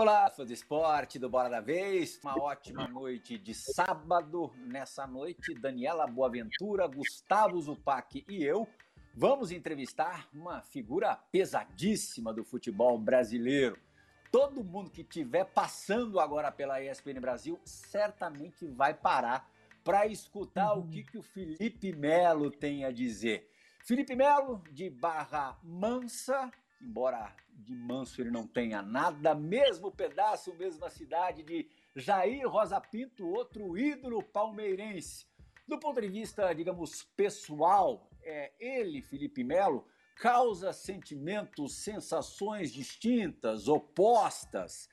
Olá, fãs do esporte, do Bola da Vez. Uma ótima noite de sábado. Nessa noite, Daniela Boaventura, Gustavo Zupac e eu vamos entrevistar uma figura pesadíssima do futebol brasileiro. Todo mundo que estiver passando agora pela ESPN Brasil certamente vai parar para escutar o que o Felipe Melo tem a dizer. Felipe Melo, de Barra Mansa, embora de manso ele não tenha nada, mesmo pedaço, mesma cidade de Jair Rosa Pinto, outro ídolo palmeirense. Do ponto de vista, digamos, pessoal, ele, Felipe Melo, causa sentimentos, sensações distintas, opostas,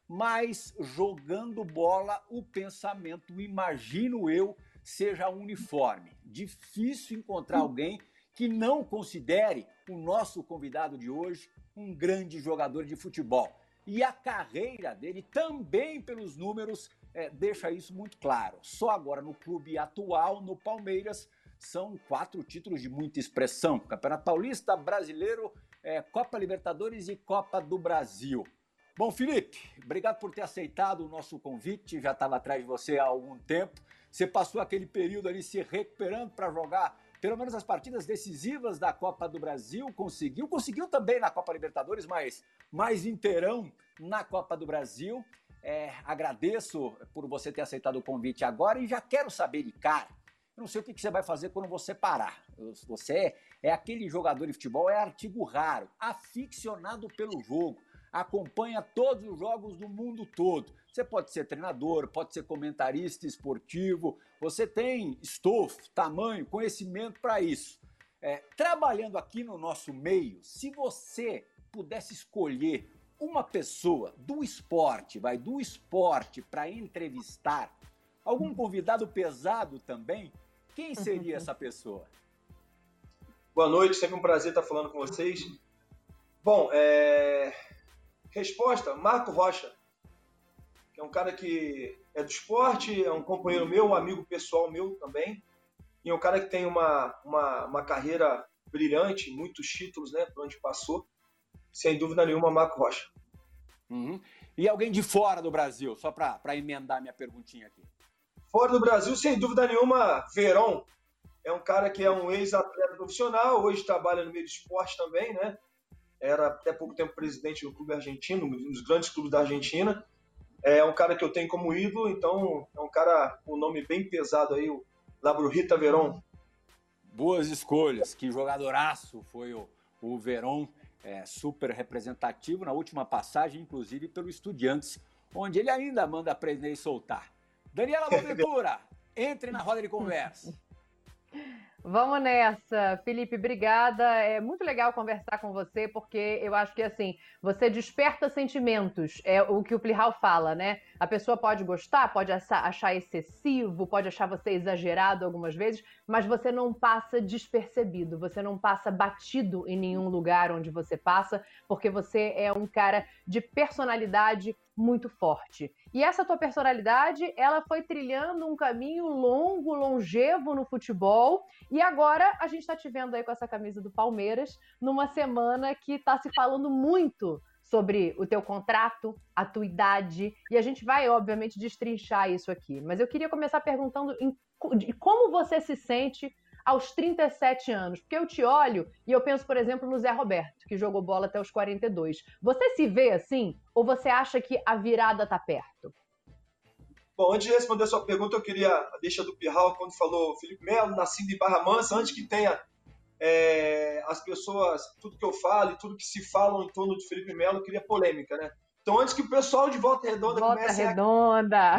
mas jogando bola o pensamento, imagino eu, seja uniforme. Difícil encontrar alguém que não considere o nosso convidado de hoje um grande jogador de futebol. E a carreira dele, também pelos números, deixa isso muito claro. Só agora no clube atual, no Palmeiras, são 4 títulos de muita expressão. Campeonato Paulista, Brasileiro, Copa Libertadores e Copa do Brasil. Bom, Felipe, obrigado por ter aceitado o nosso convite. Já estava atrás de você há algum tempo. Você passou aquele período ali se recuperando para jogar pelo menos as partidas decisivas da Copa do Brasil. Conseguiu também na Copa Libertadores, mas mais inteirão na Copa do Brasil. Agradeço por você ter aceitado o convite agora e já quero saber de cara. Eu não sei o que você vai fazer quando você parar. Você é aquele jogador de futebol, é artigo raro, aficionado pelo jogo, acompanha todos os jogos do mundo todo. Você pode ser treinador, pode ser comentarista esportivo, você tem estofo, tamanho, conhecimento para isso. Trabalhando aqui no nosso meio, se você pudesse escolher uma pessoa do esporte para entrevistar, algum convidado pesado também, quem seria essa pessoa? Boa noite, sempre um prazer estar falando com vocês. Bom, resposta, Marco Rocha, que é um cara que é do esporte, é um companheiro meu, um amigo pessoal meu também, e é um cara que tem uma carreira brilhante, muitos títulos, né, por onde passou, sem dúvida nenhuma, Marco Rocha. Uhum. E alguém de fora do Brasil, só para emendar minha perguntinha aqui. Fora do Brasil, sem dúvida nenhuma, Verón, é um cara que é um ex-atleta profissional, hoje trabalha no meio do esporte também, né? Era até pouco tempo presidente do clube argentino, um dos grandes clubes da Argentina. É um cara que eu tenho como ídolo, então é um cara com um nome bem pesado aí, o La Brujita Verón. Boas escolhas, que jogadoraço foi o Verón, super representativo na última passagem, inclusive pelo Estudiantes, onde ele ainda manda aprender e soltar. Daniela Boaventura, entre na roda de conversa. Vamos nessa, Felipe, obrigada. É muito legal conversar com você, porque eu acho que, assim, você desperta sentimentos, é o que o Plihal fala, né? A pessoa pode gostar, pode achar excessivo, pode achar você exagerado algumas vezes, mas você não passa despercebido, você não passa batido em nenhum lugar onde você passa, porque você é um cara de personalidade muito forte. E essa tua personalidade, ela foi trilhando um caminho longo, longevo no futebol, e agora a gente está te vendo aí com essa camisa do Palmeiras, numa semana que está se falando muito sobre o teu contrato, a tua idade, e a gente vai, obviamente, destrinchar isso aqui. Mas eu queria começar perguntando como você se sente aos 37 anos, porque eu te olho e eu penso, por exemplo, no Zé Roberto, que jogou bola até os 42. Você se vê assim, ou você acha que a virada tá perto? Bom, antes de responder a sua pergunta, eu queria a deixa do Pirral, quando falou Felipe Melo, nascido em Barra Mansa, antes que tenha as pessoas, tudo que eu falo e tudo que se falam em torno de Felipe Melo, eu queria polêmica, né? Então, antes que o pessoal de Volta Redonda comece Redonda!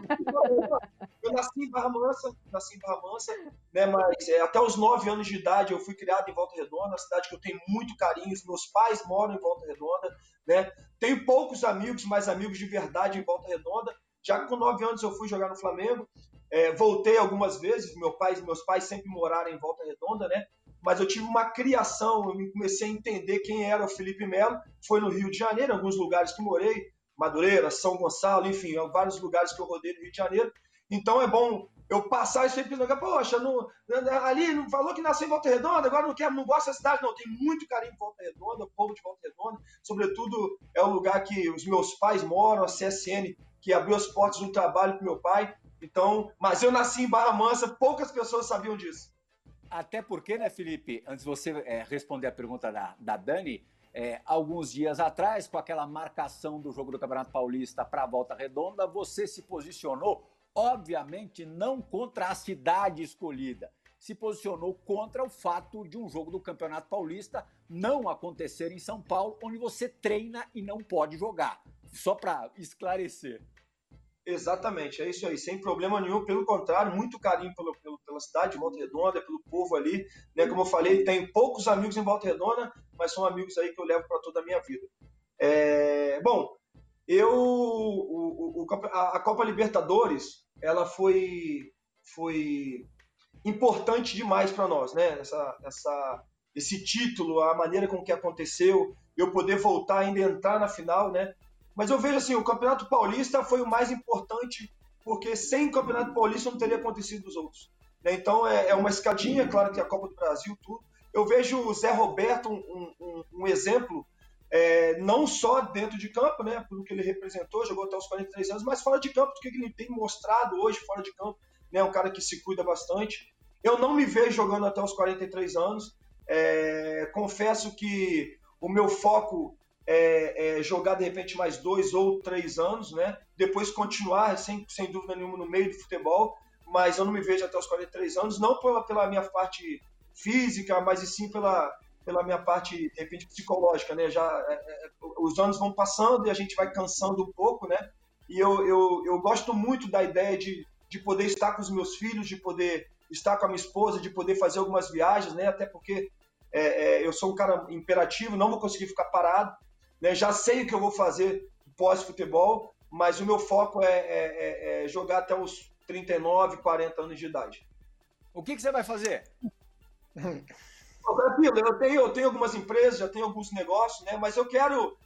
Eu nasci em Barra Mansa, né? Mas até os 9 anos de idade eu fui criado em Volta Redonda, uma cidade que eu tenho muito carinho, os meus pais moram em Volta Redonda, né? Tenho poucos amigos, mas amigos de verdade em Volta Redonda. Já que com 9 anos eu fui jogar no Flamengo, voltei algumas vezes, meus pais sempre moraram em Volta Redonda, né? Mas eu tive uma criação, eu comecei a entender quem era o Felipe Melo, foi no Rio de Janeiro, em alguns lugares que morei, Madureira, São Gonçalo, enfim, vários lugares que eu rodei no Rio de Janeiro, Então é bom eu passar isso aí, porque, poxa, ali não falou que nasceu em Volta Redonda, agora não gosta da cidade, não. Tem muito carinho em Volta Redonda, o povo de Volta Redonda, sobretudo é o lugar que os meus pais moram, a CSN, que abriu as portas do trabalho para meu pai. Então, mas eu nasci em Barra Mansa, poucas pessoas sabiam disso. Até porque, né, Felipe, antes de você responder a pergunta da Dani, alguns dias atrás, com aquela marcação do jogo do Campeonato Paulista para a Volta Redonda, você se posicionou, obviamente, não contra a cidade escolhida, se posicionou contra o fato de um jogo do Campeonato Paulista não acontecer em São Paulo, onde você treina e não pode jogar. Só para esclarecer. Exatamente, é isso aí, sem problema nenhum, pelo contrário, muito carinho pela cidade de Volta Redonda, pelo povo ali, né? Como eu falei, tenho poucos amigos em Volta Redonda, mas são amigos aí que eu levo para toda a minha vida. Bom, a Copa Libertadores, ela foi importante demais para nós, né? Esse título, a maneira com que aconteceu, eu poder voltar ainda entrar na final, né? Mas eu vejo assim, o Campeonato Paulista foi o mais importante, porque sem o Campeonato Paulista não teria acontecido os outros. Né? Então é uma escadinha, claro que a Copa do Brasil, tudo. Eu vejo o Zé Roberto um exemplo, não só dentro de campo, né, pelo que ele representou, jogou até os 43 anos, mas fora de campo, do que ele tem mostrado hoje fora de campo, né, um cara que se cuida bastante. Eu não me vejo jogando até os 43 anos. Confesso que o meu foco jogar de repente mais 2 ou 3 anos, né? Depois continuar sem dúvida nenhuma no meio do futebol, mas eu não me vejo até os 43 anos, não pela minha parte física, mas e sim pela minha parte de repente psicológica, né? Os anos vão passando e a gente vai cansando um pouco, né? E eu gosto muito da ideia de poder estar com os meus filhos, de poder estar com a minha esposa, de poder fazer algumas viagens, né? Até porque eu sou um cara imperativo, não vou conseguir ficar parado. Né? Já sei o que eu vou fazer pós-futebol, mas o meu foco é jogar até os 39, 40 anos de idade. O que você vai fazer? Eu tenho algumas empresas, já tenho alguns negócios, né? Mas eu quero...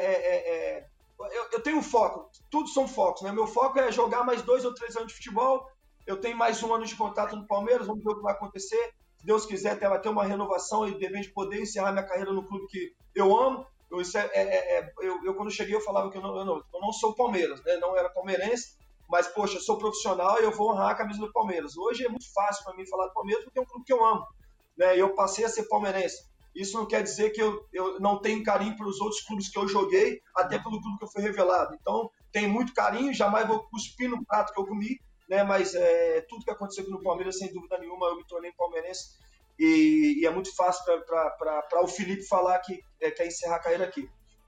eu tenho um foco, tudo são focos, né? Meu foco é jogar mais 2 ou 3 anos de futebol, eu tenho mais 1 ano de contrato no Palmeiras, vamos ver o que vai acontecer. Se Deus quiser, vai ter uma renovação e de repente poder encerrar minha carreira no clube que eu amo. Eu quando cheguei eu falava que eu não sou Palmeiras, né? Não era palmeirense, mas poxa, eu sou profissional e eu vou honrar a camisa do Palmeiras. Hoje é muito fácil para mim falar do Palmeiras porque é um clube que eu amo, né? Eu passei a ser palmeirense. Isso não quer dizer que eu não tenho carinho pelos outros clubes que eu joguei, até pelo clube que eu fui revelado. Então tenho muito carinho, jamais vou cuspir no prato que eu comi, né? Mas tudo que aconteceu aqui no Palmeiras, sem dúvida nenhuma, eu me tornei palmeirense. E é muito fácil para o Felipe falar que quer encerrar a carreira aqui.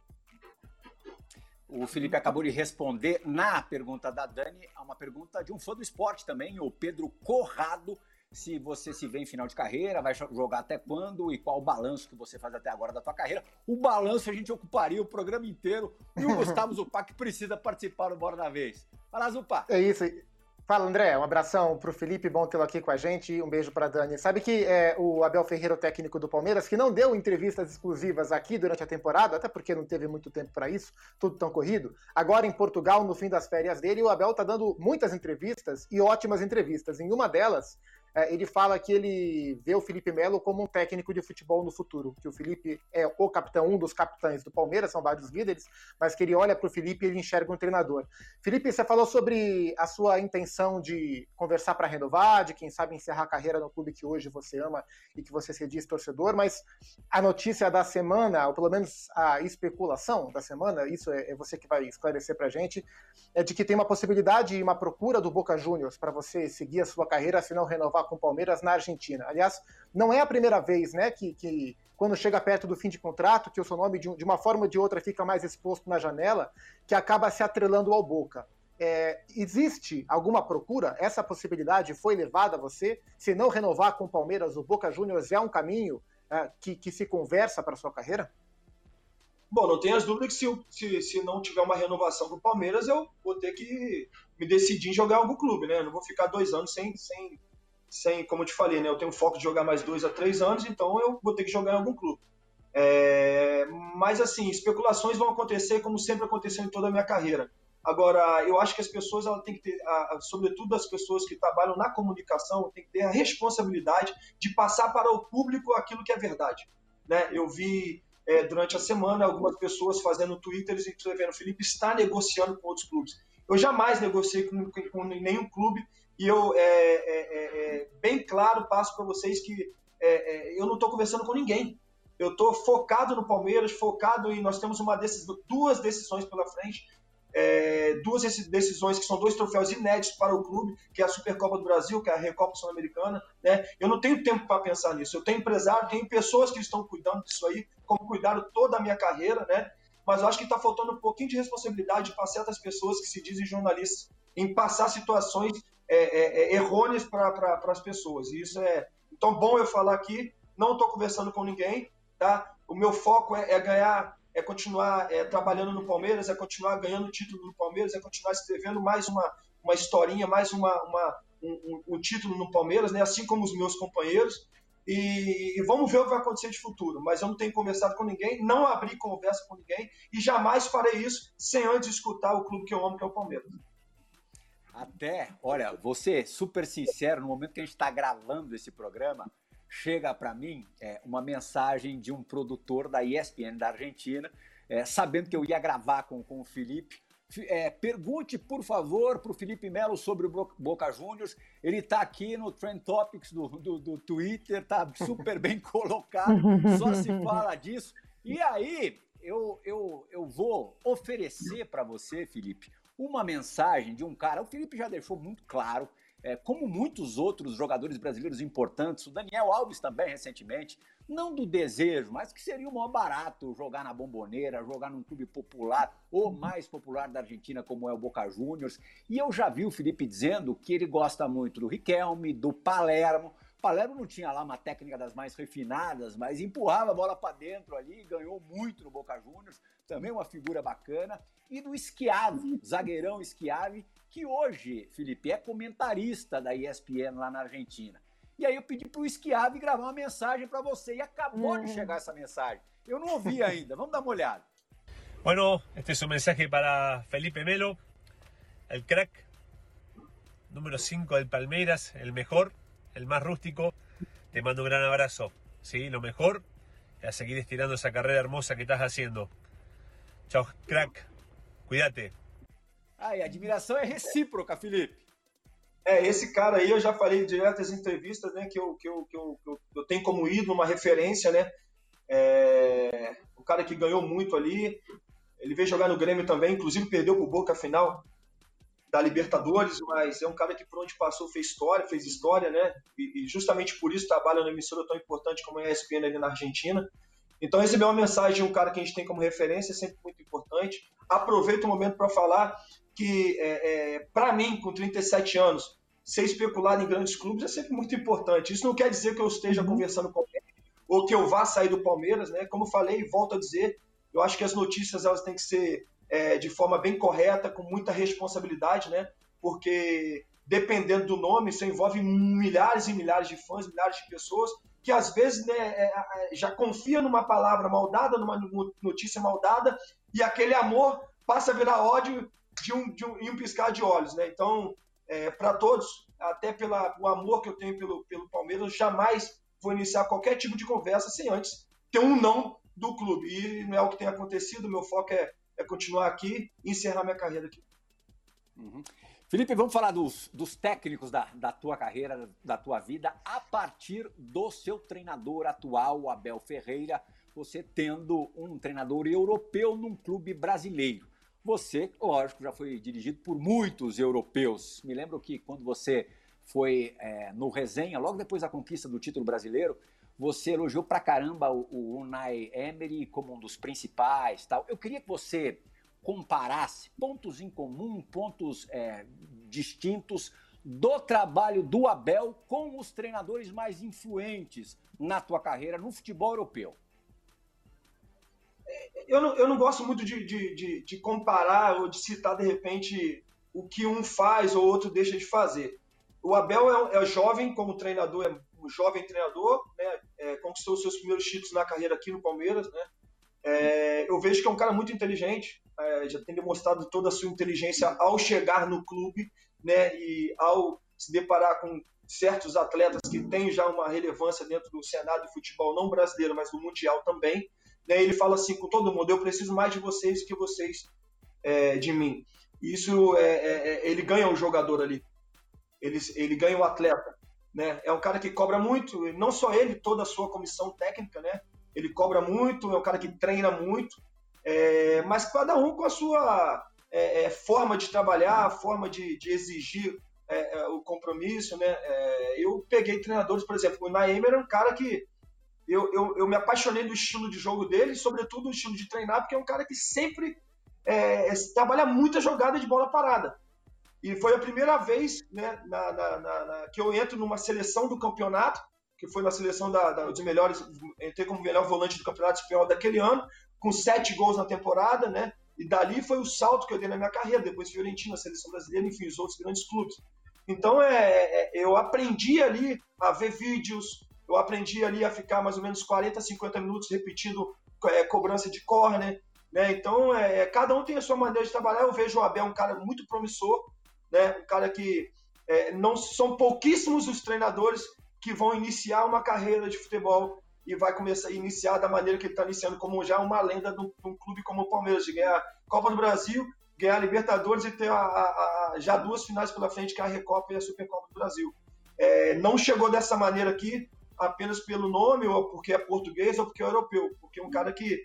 O Felipe acabou de responder na pergunta da Dani, a uma pergunta de um fã do esporte também, o Pedro Corrado. Se você se vê em final de carreira, vai jogar até quando e qual o balanço que você faz até agora da tua carreira. O balanço a gente ocuparia o programa inteiro e o Gustavo Zupac precisa participar do Bora da Vez. Fala, Zupac. É isso aí. Fala, André. Um abração pro Felipe, bom tê-lo aqui com a gente. Um beijo pra Dani. Sabe que o Abel Ferreira, o técnico do Palmeiras, que não deu entrevistas exclusivas aqui durante a temporada, até porque não teve muito tempo para isso, tudo tão corrido. Agora em Portugal, no fim das férias dele, o Abel tá dando muitas entrevistas e ótimas entrevistas. Em uma delas, ele fala que ele vê o Felipe Melo como um técnico de futebol no futuro, que o Felipe é o capitão, um dos capitães do Palmeiras, são vários líderes, mas que ele olha para o Felipe e ele enxerga um treinador. Felipe, você falou sobre a sua intenção de conversar para renovar, de quem sabe encerrar a carreira no clube que hoje você ama e que você se diz torcedor, mas a notícia da semana, ou pelo menos a especulação da semana, isso é você que vai esclarecer para a gente, é de que tem uma possibilidade e uma procura do Boca Juniors para você seguir a sua carreira, se não renovar com o Palmeiras na Argentina. Aliás, não é a primeira vez, né, que quando chega perto do fim de contrato, que o seu nome de uma forma ou de outra fica mais exposto na janela, que acaba se atrelando ao Boca. Existe alguma procura? Essa possibilidade foi levada a você? Se não renovar com o Palmeiras, o Boca Juniors é um caminho que se conversa para a sua carreira? Bom, não tenho as dúvidas que se não tiver uma renovação com o Palmeiras, eu vou ter que me decidir em jogar em algum clube, né? Eu não vou ficar 2 anos sem, como eu te falei, né? Eu tenho foco de jogar mais 2 a 3 anos, então eu vou ter que jogar em algum clube. Mas, assim, especulações vão acontecer como sempre aconteceu em toda a minha carreira. Agora, eu acho que as pessoas elas têm que ter, sobretudo as pessoas que trabalham na comunicação, têm que ter a responsabilidade de passar para o público aquilo que é verdade. Né? Eu vi durante a semana algumas pessoas fazendo Twitter e escrevendo: Felipe está negociando com outros clubes. Eu jamais negociei com nenhum clube e eu, bem claro, passo para vocês que eu não estou conversando com ninguém. Eu estou focado no Palmeiras, focado em... Nós temos duas decisões pela frente, duas decisões que são 2 troféus inéditos para o clube, que é a Supercopa do Brasil, que é a Recopa Sul-Americana. Né? Eu não tenho tempo para pensar nisso. Eu tenho empresário, tenho pessoas que estão cuidando disso aí, como cuidaram toda a minha carreira, né? Mas eu acho que está faltando um pouquinho de responsabilidade para certas pessoas que se dizem jornalistas em passar situações errôneas para as pessoas. E isso é... Então, bom eu falar aqui, não estou conversando com ninguém, tá? O meu foco é ganhar, é continuar trabalhando no Palmeiras, é continuar ganhando título no Palmeiras, é continuar escrevendo mais uma historinha, mais um título no Palmeiras, né? Assim como os meus companheiros. E vamos ver o que vai acontecer de futuro. Mas eu não tenho conversado com ninguém, não abri conversa com ninguém e jamais farei isso sem antes escutar o clube que eu amo, que é o Palmeiras. Até, olha, vou ser super sincero, no momento que a gente está gravando esse programa, chega para mim uma mensagem de um produtor da ESPN da Argentina, sabendo que eu ia gravar com o Felipe. Pergunte, por favor, para o Felipe Melo sobre o Boca Juniors. Ele está aqui no Trend Topics do Twitter, está super bem colocado, só se fala disso. E aí, eu vou oferecer para você, Felipe, uma mensagem de um cara. O Felipe já deixou muito claro, como muitos outros jogadores brasileiros importantes, o Daniel Alves também recentemente, não do desejo, mas que seria o maior barato jogar na Bombonera, jogar num clube popular, ou mais popular da Argentina, como é o Boca Juniors. E eu já vi o Felipe dizendo que ele gosta muito do Riquelme, do Palermo. Palermo não tinha lá uma técnica das mais refinadas, mas empurrava a bola para dentro ali, ganhou muito no Boca Juniors, também uma figura bacana. E do Schiavi, zagueirão Schiavi, que hoje, Felipe, é comentarista da ESPN lá na Argentina. E aí eu pedi para o Schiavi gravar uma mensagem para você e acabou de chegar essa mensagem. Eu não ouvi ainda, vamos dar uma olhada. Bueno, este es un mensaje para Felipe Melo, el crack, número 5 del Palmeiras, el mejor, el más rústico. Te mando un gran abrazo, ¿sí? Lo mejor, a seguir estirando esa carrera hermosa que estás haciendo. Chao, crack, cuídate. A admiração é recíproca, Felipe. Esse cara aí, eu já falei direto nas entrevistas, né, que eu tenho como ídolo, uma referência, né? O cara que ganhou muito ali. Ele veio jogar no Grêmio também, inclusive perdeu pro Boca a final da Libertadores, mas é um cara que por onde passou fez história, né? E justamente por isso trabalha numa emissora tão importante como a ESPN ali na Argentina. Então receber uma mensagem de um cara que a gente tem como referência é sempre muito importante. Aproveito o momento para falar que, para mim, com 37 anos, ser especulado em grandes clubes é sempre muito importante. Isso não quer dizer que eu esteja conversando com alguém ou que eu vá sair do Palmeiras, né? Como eu falei e volto a dizer, eu acho que as notícias elas têm que ser de forma bem correta, com muita responsabilidade, né? Porque dependendo do nome, isso envolve milhares e milhares de fãs, milhares de pessoas que às vezes, né, já confia numa palavra maldada, numa notícia maldada, e aquele amor passa a virar ódio em um piscar de olhos, né? Então, para todos, até pelo amor que eu tenho pelo Palmeiras, eu jamais vou iniciar qualquer tipo de conversa sem antes ter um não do clube. E não é o que tem acontecido, meu foco é continuar aqui e encerrar minha carreira aqui. Uhum. Felipe, vamos falar dos técnicos da tua carreira, da tua vida, a partir do seu treinador atual, o Abel Ferreira, você tendo um treinador europeu num clube brasileiro. Você, lógico, já foi dirigido por muitos europeus. Me lembro que quando você foi no Resenha, logo depois da conquista do título brasileiro, você elogiou pra caramba o Unai Emery como um dos principais, tal. Eu queria que você comparasse pontos em comum, pontos distintos do trabalho do Abel com os treinadores mais influentes na tua carreira no futebol europeu. Eu não gosto muito de comparar ou de citar, de repente, o que um faz ou outro deixa de fazer. O Abel é jovem como treinador, é um jovem treinador, né? Conquistou seus primeiros títulos na carreira aqui no Palmeiras, né? Eu vejo que é um cara muito inteligente, já tem demonstrado toda a sua inteligência ao chegar no clube, né, e ao se deparar com certos atletas que têm já uma relevância dentro do cenário de futebol, não brasileiro, mas do mundial também, né, ele fala assim com todo mundo: eu preciso mais de vocês que vocês de mim. Isso ele ganha o jogador ali, ele ganha o atleta, né? É um cara que cobra muito, não só ele, toda a sua comissão técnica, né? Ele cobra muito, é um cara que treina muito, mas cada um com a sua forma de trabalhar, forma de exigir o compromisso, né? Eu peguei treinadores, por exemplo, o Naemer é um cara que eu me apaixonei do estilo de jogo dele, sobretudo do estilo de treinar, porque é um cara que sempre trabalha muita jogada de bola parada. E foi a primeira vez, né, que eu entro numa seleção do campeonato, que foi na seleção dos melhores, entrei como melhor volante do Campeonato Espanhol daquele ano, com 7 gols na temporada, né? E dali foi o salto que eu dei na minha carreira, depois Fiorentina, Seleção Brasileira, enfim, os outros grandes clubes. Então, eu aprendi ali a ver vídeos, eu aprendi ali a ficar mais ou menos 40, 50 minutos repetindo cobrança de córner, né? Então, cada um tem a sua maneira de trabalhar. Eu vejo o Abel um cara muito promissor, né? Um cara que não são pouquíssimos os treinadores que vão iniciar uma carreira de futebol e vai começar a iniciar da maneira que ele está iniciando, como já uma lenda de um clube como o Palmeiras, de ganhar a Copa do Brasil, ganhar a Libertadores e ter já 2 finais pela frente, que é a Recopa e a Supercopa do Brasil. Não chegou dessa maneira aqui apenas pelo nome, ou porque é português, ou porque é europeu, porque é um cara que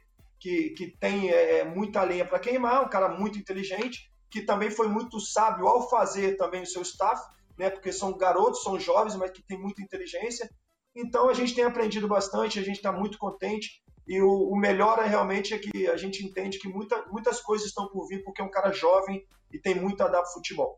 tem muita lenha para queimar, um cara muito inteligente, que também foi muito sábio ao fazer também o seu staff, né, porque são garotos, são jovens, mas que têm muita inteligência. Então a gente tem aprendido bastante, a gente está muito contente, e o melhor realmente é que a gente entende que muitas coisas estão por vir, porque é um cara jovem e tem muito a dar para o futebol.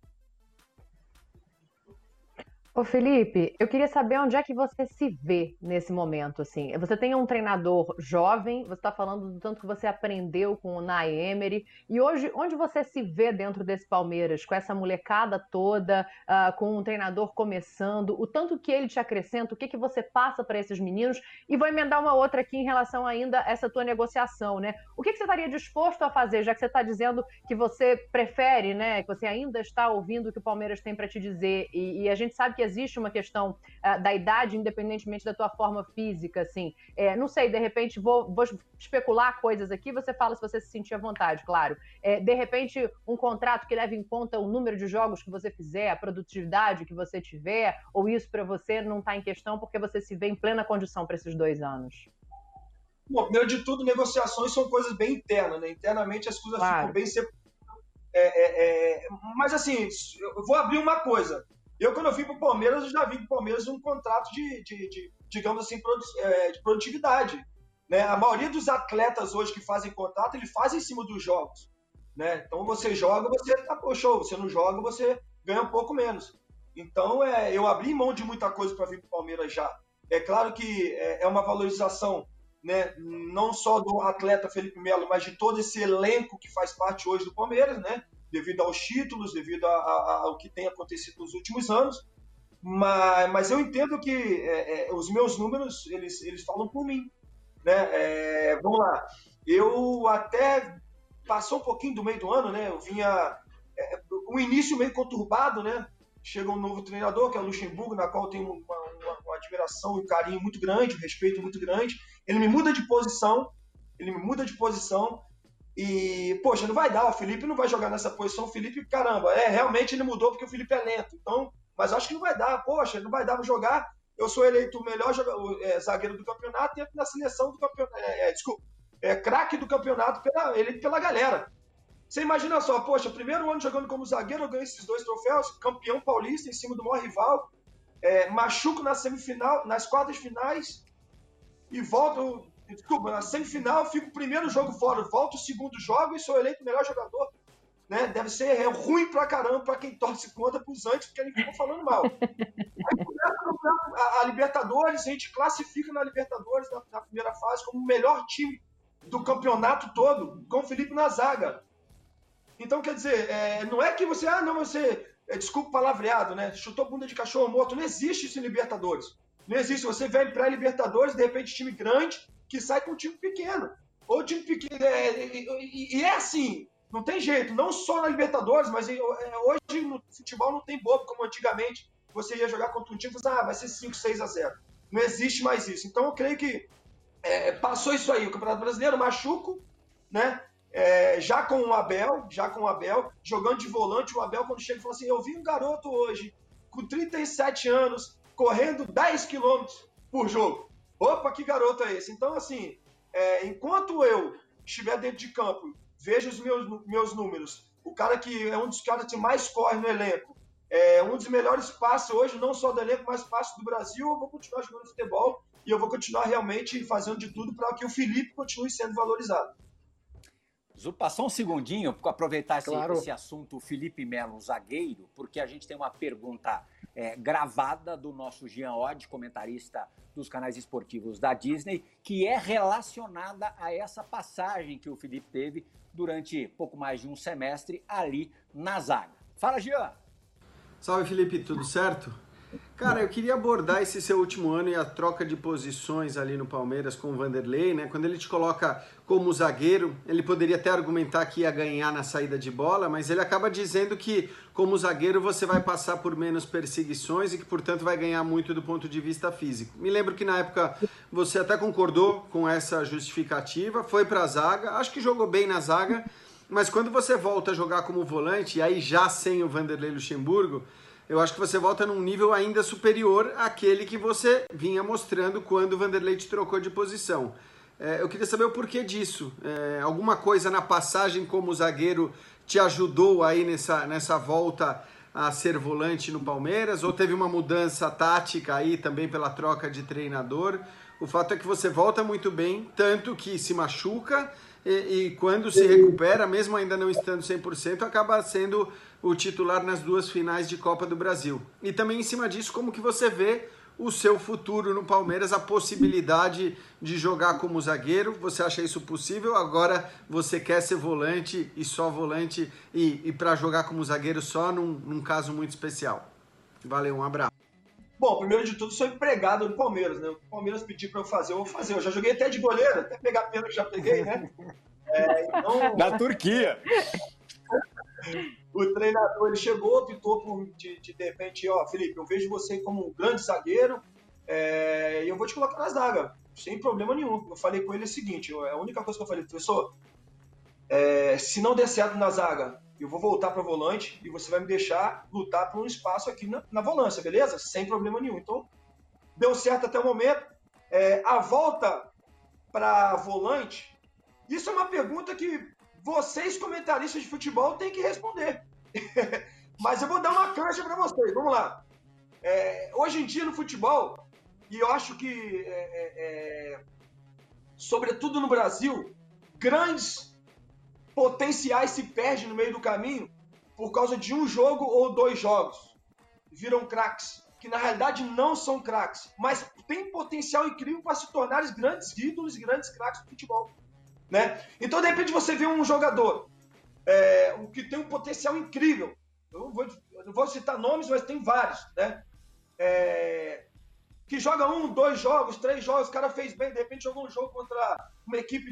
Ô Felipe, eu queria saber onde é que você se vê nesse momento, assim. Você tem um treinador jovem, você está falando do tanto que você aprendeu com o Unai Emery, e hoje, onde você se vê dentro desse Palmeiras, com essa molecada toda, com um treinador começando, o tanto que ele te acrescenta, o que você passa para esses meninos, e vou emendar uma outra aqui em relação ainda a essa tua negociação, né? O que você estaria disposto a fazer, já que você está dizendo que você prefere, né, que você ainda está ouvindo o que o Palmeiras tem para te dizer, e a gente sabe que existe uma questão da idade, independentemente da tua forma física, assim. Não sei, de repente, vou especular coisas aqui, você fala se você se sentir à vontade, claro. De repente, um contrato que leve em conta o número de jogos que você fizer, a produtividade que você tiver, ou isso para você não está em questão porque você se vê em plena condição para esses 2 anos? Bom, primeiro de tudo, negociações são coisas bem internas, né? Internamente as coisas ficam bem separadas. Mas assim, eu vou abrir uma coisa. Quando eu vim para o Palmeiras, eu já vi para o Palmeiras um contrato digamos assim, de produtividade, né? A maioria dos atletas hoje que fazem contrato, ele faz em cima dos jogos, né? Então você joga, você tá show, você não joga, você ganha um pouco menos. Então eu abri mão de muita coisa para vir para o Palmeiras já. É claro que é uma valorização, né? Não só do atleta Felipe Melo, mas de todo esse elenco que faz parte hoje do Palmeiras, né? Devido aos títulos, devido ao que tem acontecido nos últimos anos, mas eu entendo que os meus números, eles falam por mim, né? Vamos lá, eu até passou um pouquinho do meio do ano, né? Eu vinha um início meio conturbado, né? Chega um novo treinador, que é o Luxemburgo, na qual eu tenho uma admiração e um carinho muito grande, um respeito muito grande. Ele me muda de posição, e, poxa, não vai dar, o Felipe não vai jogar nessa posição, o Felipe, caramba, realmente ele mudou porque o Felipe é lento, então, mas acho que não vai dar, poxa, não vai dar para jogar, eu sou eleito o melhor zagueiro do campeonato e entro na seleção do campeonato, craque do campeonato eleito pela galera. Você imagina só, poxa, primeiro ano jogando como zagueiro, eu ganho esses 2 troféus, campeão paulista em cima do maior rival, machuco na semifinal, nas quartas finais, e volto... Desculpa, na semifinal, fico o primeiro jogo fora, volto o segundo jogo e sou eleito o melhor jogador. Né? Deve ser ruim pra caramba pra quem torce contra pros antes, porque ele ficou falando mal. Aí começa a Libertadores, a gente classifica na Libertadores, na primeira fase, como o melhor time do campeonato todo, com o Felipe na zaga. Então, quer dizer, não é que você, desculpa o palavreado, né? Chutou bunda de cachorro morto, não existe isso em Libertadores. Não existe, você vem pré-Libertadores, de repente time grande, que sai com um time pequeno. Ou time pequeno. E é assim, não tem jeito, não só na Libertadores, mas hoje no futebol não tem bobo, como antigamente você ia jogar contra um time e falava, vai ser 5-6-0. Não existe mais isso. Então eu creio que passou isso aí. O Campeonato Brasileiro, machuco, né? Já com o Abel, jogando de volante, o Abel quando chega e fala assim, eu vi um garoto hoje, com 37 anos, correndo 10 quilômetros por jogo. Opa, que garoto é esse? Então, assim, enquanto eu estiver dentro de campo, vejo os meus números, o cara que é um dos caras que mais corre no elenco, um dos melhores passes hoje, não só do elenco, mas passes do Brasil, eu vou continuar jogando futebol e eu vou continuar realmente fazendo de tudo para que o Felipe continue sendo valorizado. Zupa, só um segundinho, para aproveitar esse assunto Felipe Melo, zagueiro, porque a gente tem uma pergunta gravada do nosso Jean Oddi, comentarista dos canais esportivos da Disney, que é relacionada a essa passagem que o Felipe teve durante pouco mais de um semestre ali na zaga. Fala, Jean! Salve, Felipe, tudo certo? Cara, eu queria abordar esse seu último ano e a troca de posições ali no Palmeiras com o Vanderlei, né? Quando ele te coloca como zagueiro, ele poderia até argumentar que ia ganhar na saída de bola, mas ele acaba dizendo que como zagueiro você vai passar por menos perseguições e que, portanto, vai ganhar muito do ponto de vista físico. Me lembro que na época você até concordou com essa justificativa, foi pra zaga, acho que jogou bem na zaga, mas quando você volta a jogar como volante, e aí já sem o Vanderlei Luxemburgo, eu acho que você volta num nível ainda superior àquele que você vinha mostrando quando o Vanderlei te trocou de posição. Eu queria saber o porquê disso. Alguma coisa na passagem como zagueiro te ajudou aí nessa volta a ser volante no Palmeiras? Ou teve uma mudança tática aí também pela troca de treinador? O fato é que você volta muito bem, tanto que se machuca e quando se recupera, mesmo ainda não estando 100%, acaba sendo o titular nas 2 finais de Copa do Brasil. E também em cima disso, como que você vê o seu futuro no Palmeiras, a possibilidade de jogar como zagueiro? Você acha isso possível? Agora você quer ser volante e só volante e para jogar como zagueiro só num caso muito especial? Valeu, um abraço. Bom, primeiro de tudo, sou empregado do Palmeiras, né? O Palmeiras pediu para eu fazer, eu vou fazer. Eu já joguei até de goleiro, até pegar pênalti já peguei, né? Então... Na Turquia. O treinador, ele chegou, optou por, de repente, Felipe, eu vejo você como um grande zagueiro e eu vou te colocar na zaga, sem problema nenhum. Eu falei com ele o seguinte, a única coisa que eu falei, professor, se não der certo na zaga, eu vou voltar para volante e você vai me deixar lutar por um espaço aqui na volância, beleza? Sem problema nenhum. Então, deu certo até o momento. A volta para volante, isso é uma pergunta que vocês, comentaristas de futebol, têm que responder. Mas eu vou dar uma cancha para vocês. Vamos lá. Hoje em dia, no futebol, e eu acho que, sobretudo no Brasil, grandes potenciais se perdem no meio do caminho por causa de um jogo ou 2 jogos. Viram craques, que na realidade não são craques, mas têm potencial incrível para se tornarem grandes ídolos e grandes craques do futebol. Né? Então, de repente, você vê um jogador que tem um potencial incrível. Eu não vou citar nomes, mas tem vários. Né? Que joga 1, 2 jogos, 3 jogos, o cara fez bem, de repente jogou um jogo contra uma equipe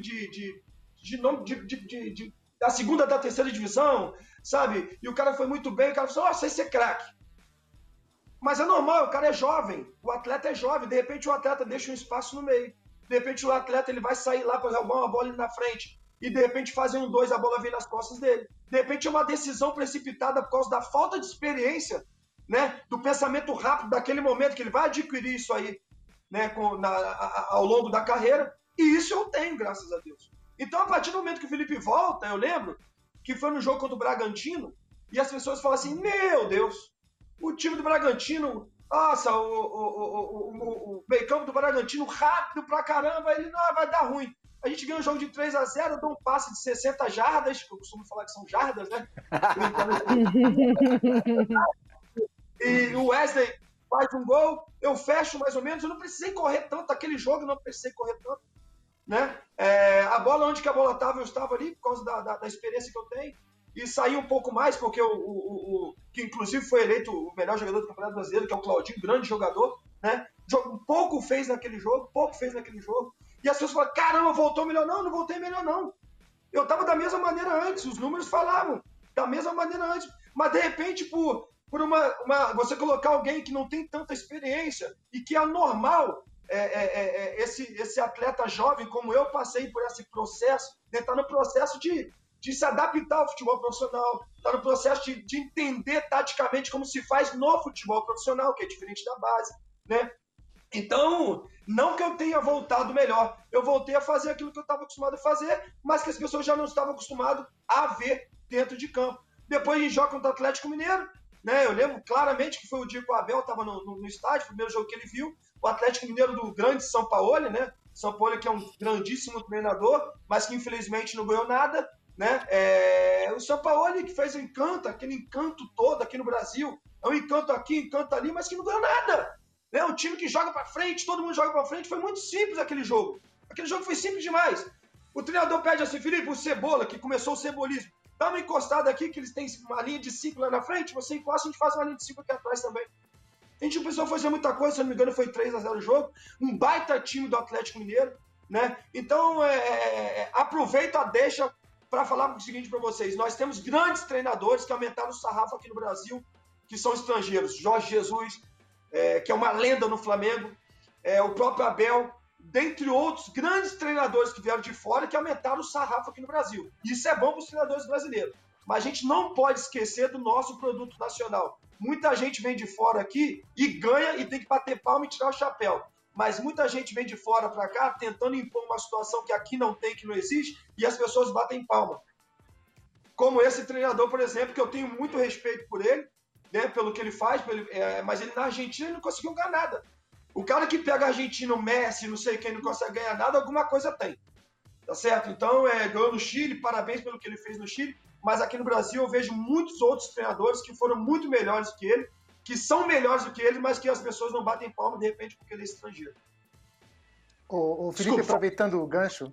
da segunda, da terceira divisão, sabe? E o cara foi muito bem, o cara falou, nossa, esse é craque. Mas é normal, o cara é jovem, o atleta é jovem, de repente o atleta deixa um espaço no meio. De repente o atleta ele vai sair lá para roubar uma bola ali na frente e de repente fazer 1-2, a bola vem nas costas dele. De repente é uma decisão precipitada por causa da falta de experiência, né? Do pensamento rápido daquele momento que ele vai adquirir isso aí, né? Ao longo da carreira. E isso eu tenho, graças a Deus. Então, a partir do momento que o Felipe volta, eu lembro que foi no jogo contra o Bragantino e as pessoas falam assim, meu Deus, o time do Bragantino... Nossa, o meio-campo do Bragantino rápido pra caramba, ele não vai dar ruim. A gente ganha um jogo de 3-0, eu dou um passe de 60 jardas, que eu costumo falar que são jardas, né? E o Wesley faz um gol, eu fecho mais ou menos, eu não precisei correr tanto, aquele jogo eu não precisei correr tanto. Né? A bola, onde que a bola estava, eu estava ali, por causa da experiência que eu tenho. E saí um pouco mais, porque que inclusive foi eleito o melhor jogador do Campeonato Brasileiro, que é o Claudinho, grande jogador, né? Pouco fez naquele jogo. E as pessoas falam, caramba, voltou melhor. Não voltei melhor não. Eu estava da mesma maneira antes, os números falavam da mesma maneira antes. Mas, de repente, por você colocar alguém que não tem tanta experiência e que é normal, esse atleta jovem, como eu passei por esse processo, está no processo de se adaptar ao futebol profissional, está no processo de entender taticamente como se faz no futebol profissional, que é diferente da base, né? Então, não que eu tenha voltado melhor, eu voltei a fazer aquilo que eu estava acostumado a fazer, mas que as pessoas já não estavam acostumadas a ver dentro de campo. Depois a gente joga contra o Atlético Mineiro, né? Eu lembro claramente que foi o dia que o Abel estava no estádio, o primeiro jogo que ele viu, o Atlético Mineiro do grande São Paulo, né? São Paulo que é um grandíssimo treinador, mas que infelizmente não ganhou nada, né? O São Paulo que fez o encanto, aquele encanto todo aqui no Brasil, é um encanto aqui, encanto ali, mas que não ganhou nada. Né? Um time que joga para frente, todo mundo joga para frente, foi muito simples aquele jogo. Aquele jogo foi simples demais. O treinador pede assim, Felipe, o Cebola, que começou o cebolismo, dá uma encostada aqui, que eles têm uma linha de 5 lá na frente, você encosta, a gente faz uma linha de 5 aqui atrás também. A gente não precisou fazer muita coisa, se não me engano foi 3-0 o jogo, um baita time do Atlético Mineiro, né? Então, aproveito a deixa para falar o seguinte para vocês, nós temos grandes treinadores que aumentaram o sarrafo aqui no Brasil, que são estrangeiros, Jorge Jesus, que é uma lenda no Flamengo, o próprio Abel, dentre outros grandes treinadores que vieram de fora que aumentaram o sarrafo aqui no Brasil. Isso é bom para os treinadores brasileiros. Mas a gente não pode esquecer do nosso produto nacional. Muita gente vem de fora aqui e ganha e tem que bater palma e tirar o chapéu. Mas muita gente vem de fora para cá tentando impor uma situação que aqui não tem, que não existe, e as pessoas batem palma. Como esse treinador, por exemplo, que eu tenho muito respeito por ele, né, pelo que ele faz, mas ele na Argentina ele não conseguiu ganhar nada. O cara que pega a Argentina, o Messi, não sei quem, não consegue ganhar nada, alguma coisa tem. Tá certo? Então, ganhou no Chile, parabéns pelo que ele fez no Chile, mas aqui no Brasil eu vejo muitos outros treinadores que foram muito melhores do que ele, que são melhores do que ele, mas que as pessoas não batem palma, de repente, porque ele é estrangeiro. O Felipe, aproveitando o gancho,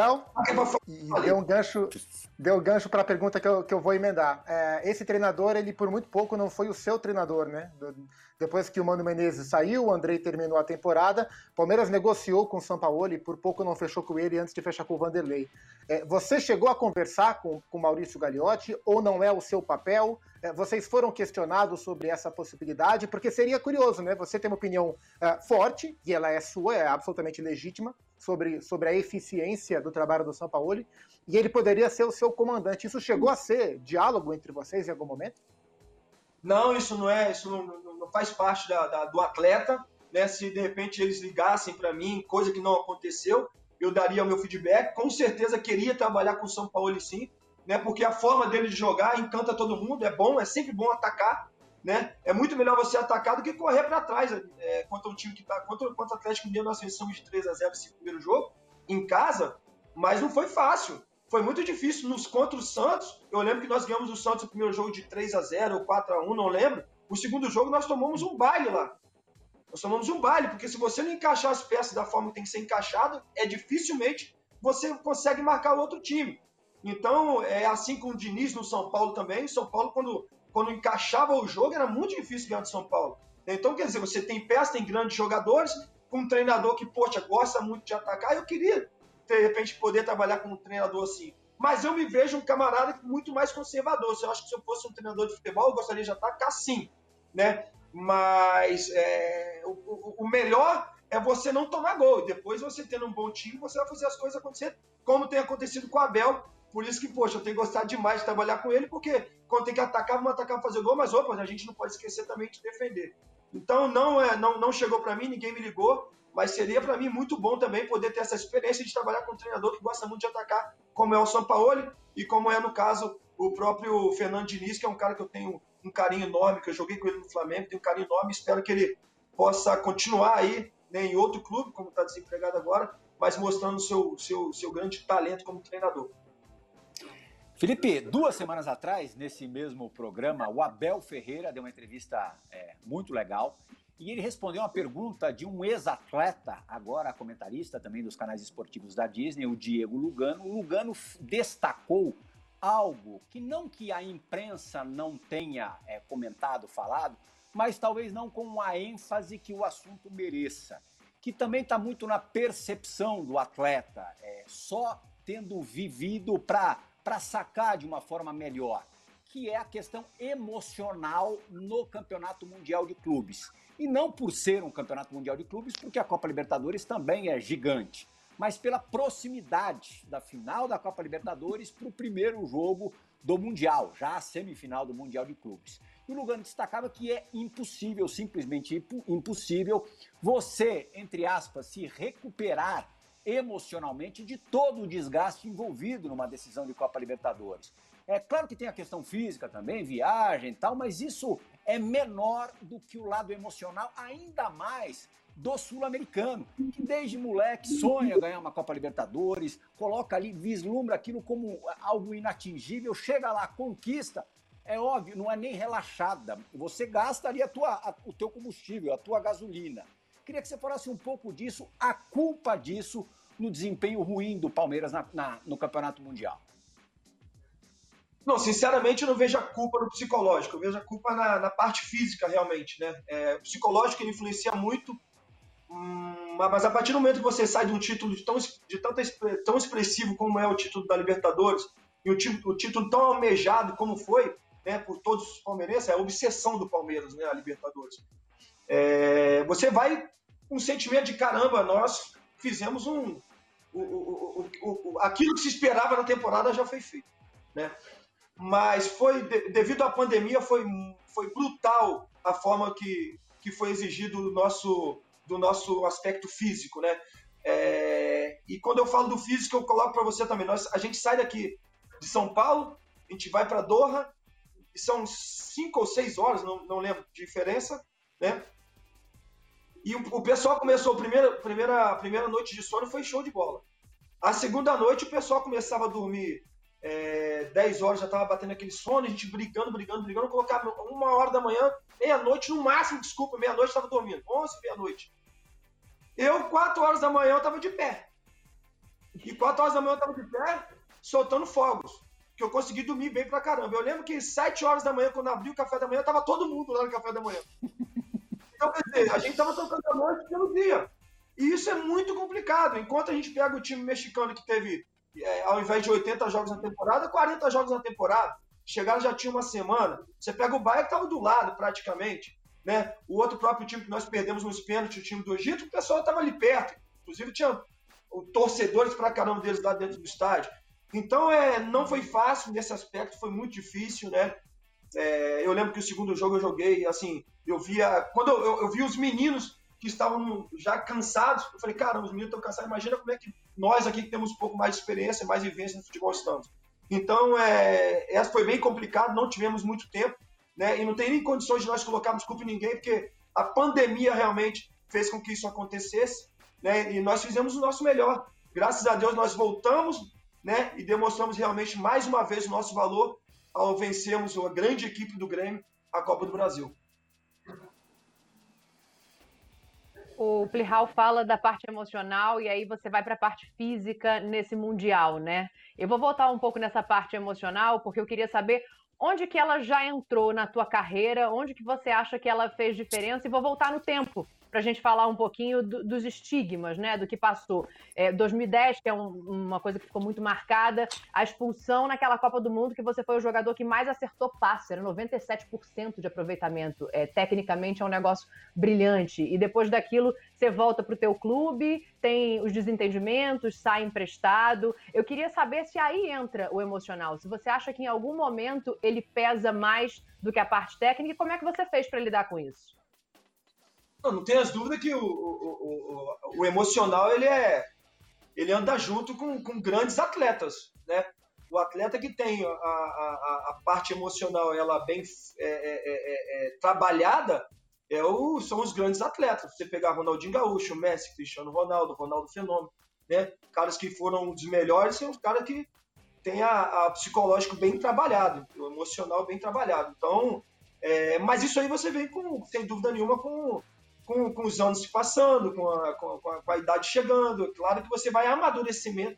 deu um gancho para a pergunta que eu vou emendar. Esse treinador, ele por muito pouco não foi o seu treinador, né? Depois que o Mano Menezes saiu, o Andrei terminou a temporada, o Palmeiras negociou com o Sampaoli, por pouco não fechou com ele antes de fechar com o Vanderlei. Você chegou a conversar com o Maurício Gagliotti ou não é o seu papel? Vocês foram questionados sobre essa possibilidade? Porque seria curioso, né? Você tem uma opinião forte, e ela é sua, é absolutamente legítima, sobre a eficiência do trabalho do Sampaoli, e ele poderia ser o seu comandante. Isso chegou a ser diálogo entre vocês em algum momento? Não, isso não faz parte do atleta, né? Se de repente eles ligassem para mim, coisa que não aconteceu, eu daria o meu feedback. Com certeza queria trabalhar com o São Paulo sim, né? Porque a forma dele de jogar encanta todo mundo, é bom, é sempre bom atacar, né? É muito melhor você atacar do que correr para trás contra um time que está contra o Atlético Mineiro. Nós vencemos de 3-0 esse primeiro jogo em casa, mas não foi fácil. Foi muito difícil contra o Santos. Eu lembro que nós ganhamos o Santos no primeiro jogo de 3-0 ou 4-1, não lembro. O segundo jogo nós tomamos um baile lá. Nós tomamos um baile, porque se você não encaixar as peças da forma que tem que ser encaixado, dificilmente você consegue marcar o outro time. Então, é assim com o Diniz no São Paulo também. O São Paulo, quando encaixava o jogo, era muito difícil ganhar do São Paulo. Então, quer dizer, você tem peças, tem grandes jogadores, com um treinador que, poxa, gosta muito de atacar. Eu queria, de repente, poder trabalhar com um treinador assim. Mas eu me vejo um camarada muito mais conservador. Eu acho que se eu fosse um treinador de futebol, eu gostaria de atacar sim, né? Mas o melhor é você não tomar gol. E depois, você tendo um bom time, você vai fazer as coisas acontecer, como tem acontecido com o Abel. Por isso que, poxa, eu tenho gostado demais de trabalhar com ele, porque quando tem que atacar, vamos atacar para fazer gol, mas a gente não pode esquecer também de defender. Então, não chegou para mim, ninguém me ligou, mas seria para mim muito bom também poder ter essa experiência de trabalhar com um treinador que gosta muito de atacar, como é o Sampaoli e como é, no caso, o próprio Fernando Diniz, que é um cara que eu tenho um carinho enorme, que eu joguei com ele no Flamengo, tenho um carinho enorme, espero que ele possa continuar aí, né, em outro clube, como está desempregado agora, mas mostrando o seu grande talento como treinador. Felipe, 2 semanas atrás, nesse mesmo programa, o Abel Ferreira deu uma entrevista muito legal e ele respondeu uma pergunta de um ex-atleta, agora comentarista também dos canais esportivos da Disney, o Diego Lugano. O Lugano destacou algo que a imprensa não tenha comentado, falado, mas talvez não com a ênfase que o assunto mereça, que também está muito na percepção do atleta, só tendo vivido para sacar de uma forma melhor, que é a questão emocional no Campeonato Mundial de Clubes. E não por ser um Campeonato Mundial de Clubes, porque a Copa Libertadores também é gigante, mas pela proximidade da final da Copa Libertadores para o primeiro jogo do Mundial, já a semifinal do Mundial de Clubes. E o Lugano destacava que é impossível, simplesmente impossível, você, entre aspas, se recuperar emocionalmente de todo o desgaste envolvido numa decisão de Copa Libertadores. É claro que tem a questão física também, viagem e tal, mas isso é menor do que o lado emocional, ainda mais do sul-americano, que desde moleque sonha ganhar uma Copa Libertadores, coloca ali, vislumbra aquilo como algo inatingível, chega lá, conquista, é óbvio, não é nem relaxada, você gasta ali o teu combustível, a tua gasolina. Queria que você falasse um pouco disso, a culpa disso no desempenho ruim do Palmeiras no Campeonato Mundial. Não, sinceramente, eu não vejo a culpa no psicológico, eu vejo a culpa na parte física, realmente, né? O psicológico ele influencia muito, mas a partir do momento que você sai de um título tão expressivo como é o título da Libertadores, e o título tão almejado como foi, né, por todos os palmeirenses, é a obsessão do Palmeiras, né, a Libertadores. Você vai com um sentimento de caramba, nós fizemos aquilo que se esperava na temporada já foi feito, né? Mas devido à pandemia foi brutal a forma que foi exigido do nosso aspecto físico, né? E quando eu falo do físico, eu coloco para você também. A gente sai daqui de São Paulo, a gente vai para Doha, e são 5 ou 6 horas, não lembro de diferença, né? E o pessoal começou, a primeira noite de sono foi show de bola. A segunda noite o pessoal começava a dormir 10 horas, já estava batendo aquele sono, a gente brigando, colocava 1h da manhã, meia-noite, no máximo, meia-noite estava dormindo, 11, meia-noite. 4 horas da manhã eu estava de pé. E 4 horas da manhã eu estava de pé, soltando fogos, que eu consegui dormir bem pra caramba. Eu lembro que 7 horas da manhã, quando abri o café da manhã, estava todo mundo lá no café da manhã. Então, quer dizer, a gente estava tocando a noite pelo dia. E isso é muito complicado. Enquanto a gente pega o time mexicano que teve, ao invés de 80 jogos na temporada, 40 jogos na temporada. Chegaram, já tinha uma semana. Você pega o Bahia que estava do lado, praticamente. Né? O outro próprio time que nós perdemos nos pênaltis, o time do Egito, o pessoal estava ali perto. Inclusive, tinha torcedores pra caramba deles lá dentro do estádio. Então, não foi fácil nesse aspecto, foi muito difícil, né? Eu lembro que o segundo jogo eu joguei, assim, quando eu vi os meninos que estavam já cansados, eu falei, caramba, os meninos estão cansados, imagina como é que nós aqui que temos um pouco mais de experiência, mais vivência no futebol estamos. Então, essa foi bem complicado, não tivemos muito tempo, né? E não tem nem condições de nós colocarmos culpa em ninguém, porque a pandemia realmente fez com que isso acontecesse, né? E nós fizemos o nosso melhor. Graças a Deus nós voltamos, né? E demonstramos realmente mais uma vez o nosso valor ao vencermos a grande equipe do Grêmio, a Copa do Brasil. O Plihal fala da parte emocional e aí você vai para a parte física nesse Mundial, né? Eu vou voltar um pouco nessa parte emocional porque eu queria saber onde que ela já entrou na tua carreira, onde que você acha que ela fez diferença, e vou voltar no tempo para a gente falar um pouquinho dos estigmas, né, do que passou. 2010, que é uma coisa que ficou muito marcada, a expulsão naquela Copa do Mundo, que você foi o jogador que mais acertou passe, era 97% de aproveitamento. Tecnicamente é um negócio brilhante. E depois daquilo, você volta para o teu clube, tem os desentendimentos, sai emprestado. Eu queria saber se aí entra o emocional, se você acha que em algum momento ele pesa mais do que a parte técnica, e como é que você fez para lidar com isso? Não tenho as dúvidas que o emocional ele anda junto com grandes atletas, né? O atleta que tem a parte emocional ela bem trabalhada são os grandes atletas. Você pegar Ronaldinho Gaúcho, Messi, Cristiano Ronaldo Fenômeno, né? Caras que foram os melhores são os caras que têm a psicológico bem trabalhado, o emocional bem trabalhado. Então, mas isso aí você vem sem dúvida nenhuma com os anos se passando, com a idade chegando. Claro que você vai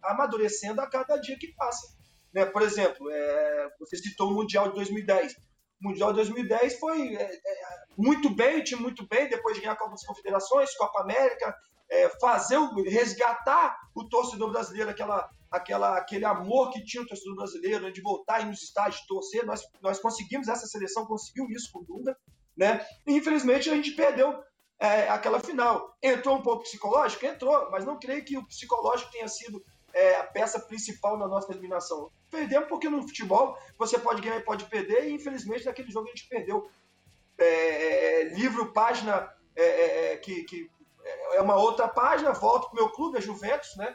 amadurecendo a cada dia que passa. Né? Por exemplo, você citou o Mundial de 2010. Mundial de 2010 foi muito bem, o time muito bem, depois de ganhar a Copa das Confederações, Copa América, resgatar o torcedor brasileiro, aquele amor que tinha o torcedor brasileiro, de voltar e nos estádios torcer. Nós conseguimos, essa seleção conseguiu isso com Dunga, né? E infelizmente a gente perdeu aquela final. Entrou um pouco psicológico? Entrou, mas não creio que o psicológico tenha sido a peça principal na nossa eliminação. Perdemos porque no futebol você pode ganhar e pode perder, e infelizmente naquele jogo a gente perdeu. Livro, página, que é uma outra página, volto para o meu clube, a Juventus, né?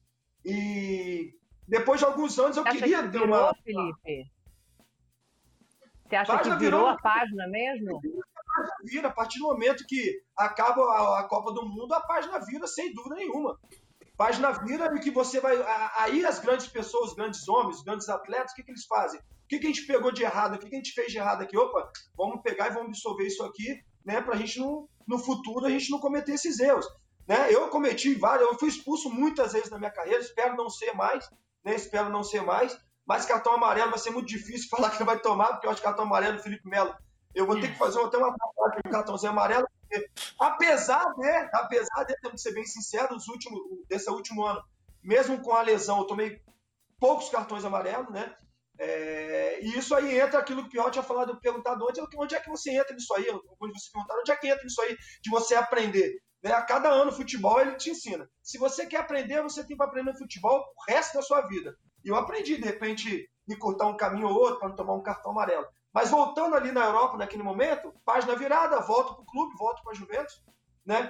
E depois de alguns anos eu queria ter uma... Felipe? Você acha que virou a página mesmo? Vira, a partir do momento que acaba a Copa do Mundo, a página vira, sem dúvida nenhuma. A página vira e que você vai... Aí as grandes pessoas, os grandes homens, os grandes atletas, o que eles fazem? O que a gente pegou de errado? O que a gente fez de errado aqui? Opa, vamos pegar e vamos absorver isso aqui, né? Para a gente, no futuro, a gente não cometer esses erros. Né? Eu fui expulso muitas vezes na minha carreira, espero não ser mais, né? Mas cartão amarelo vai ser muito difícil falar que não vai tomar, porque eu acho que cartão amarelo do Felipe Melo, eu vou ter que fazer até uma tatuagem de cartãozinho amarelo, porque, apesar de temos que ser bem sincero, desse último ano, mesmo com a lesão, eu tomei poucos cartões amarelos, né? E isso aí entra aquilo que o Pior tinha perguntado antes, onde é que você entra nisso aí? Onde é que entra nisso aí de você aprender? Né? A cada ano o futebol ele te ensina. Se você quer aprender, você tem para aprender futebol o resto da sua vida. E eu aprendi, de repente, encurtar um caminho ou outro para não tomar um cartão amarelo. Mas voltando ali na Europa, naquele momento, página virada, volto para o clube, volto para a Juventus, né?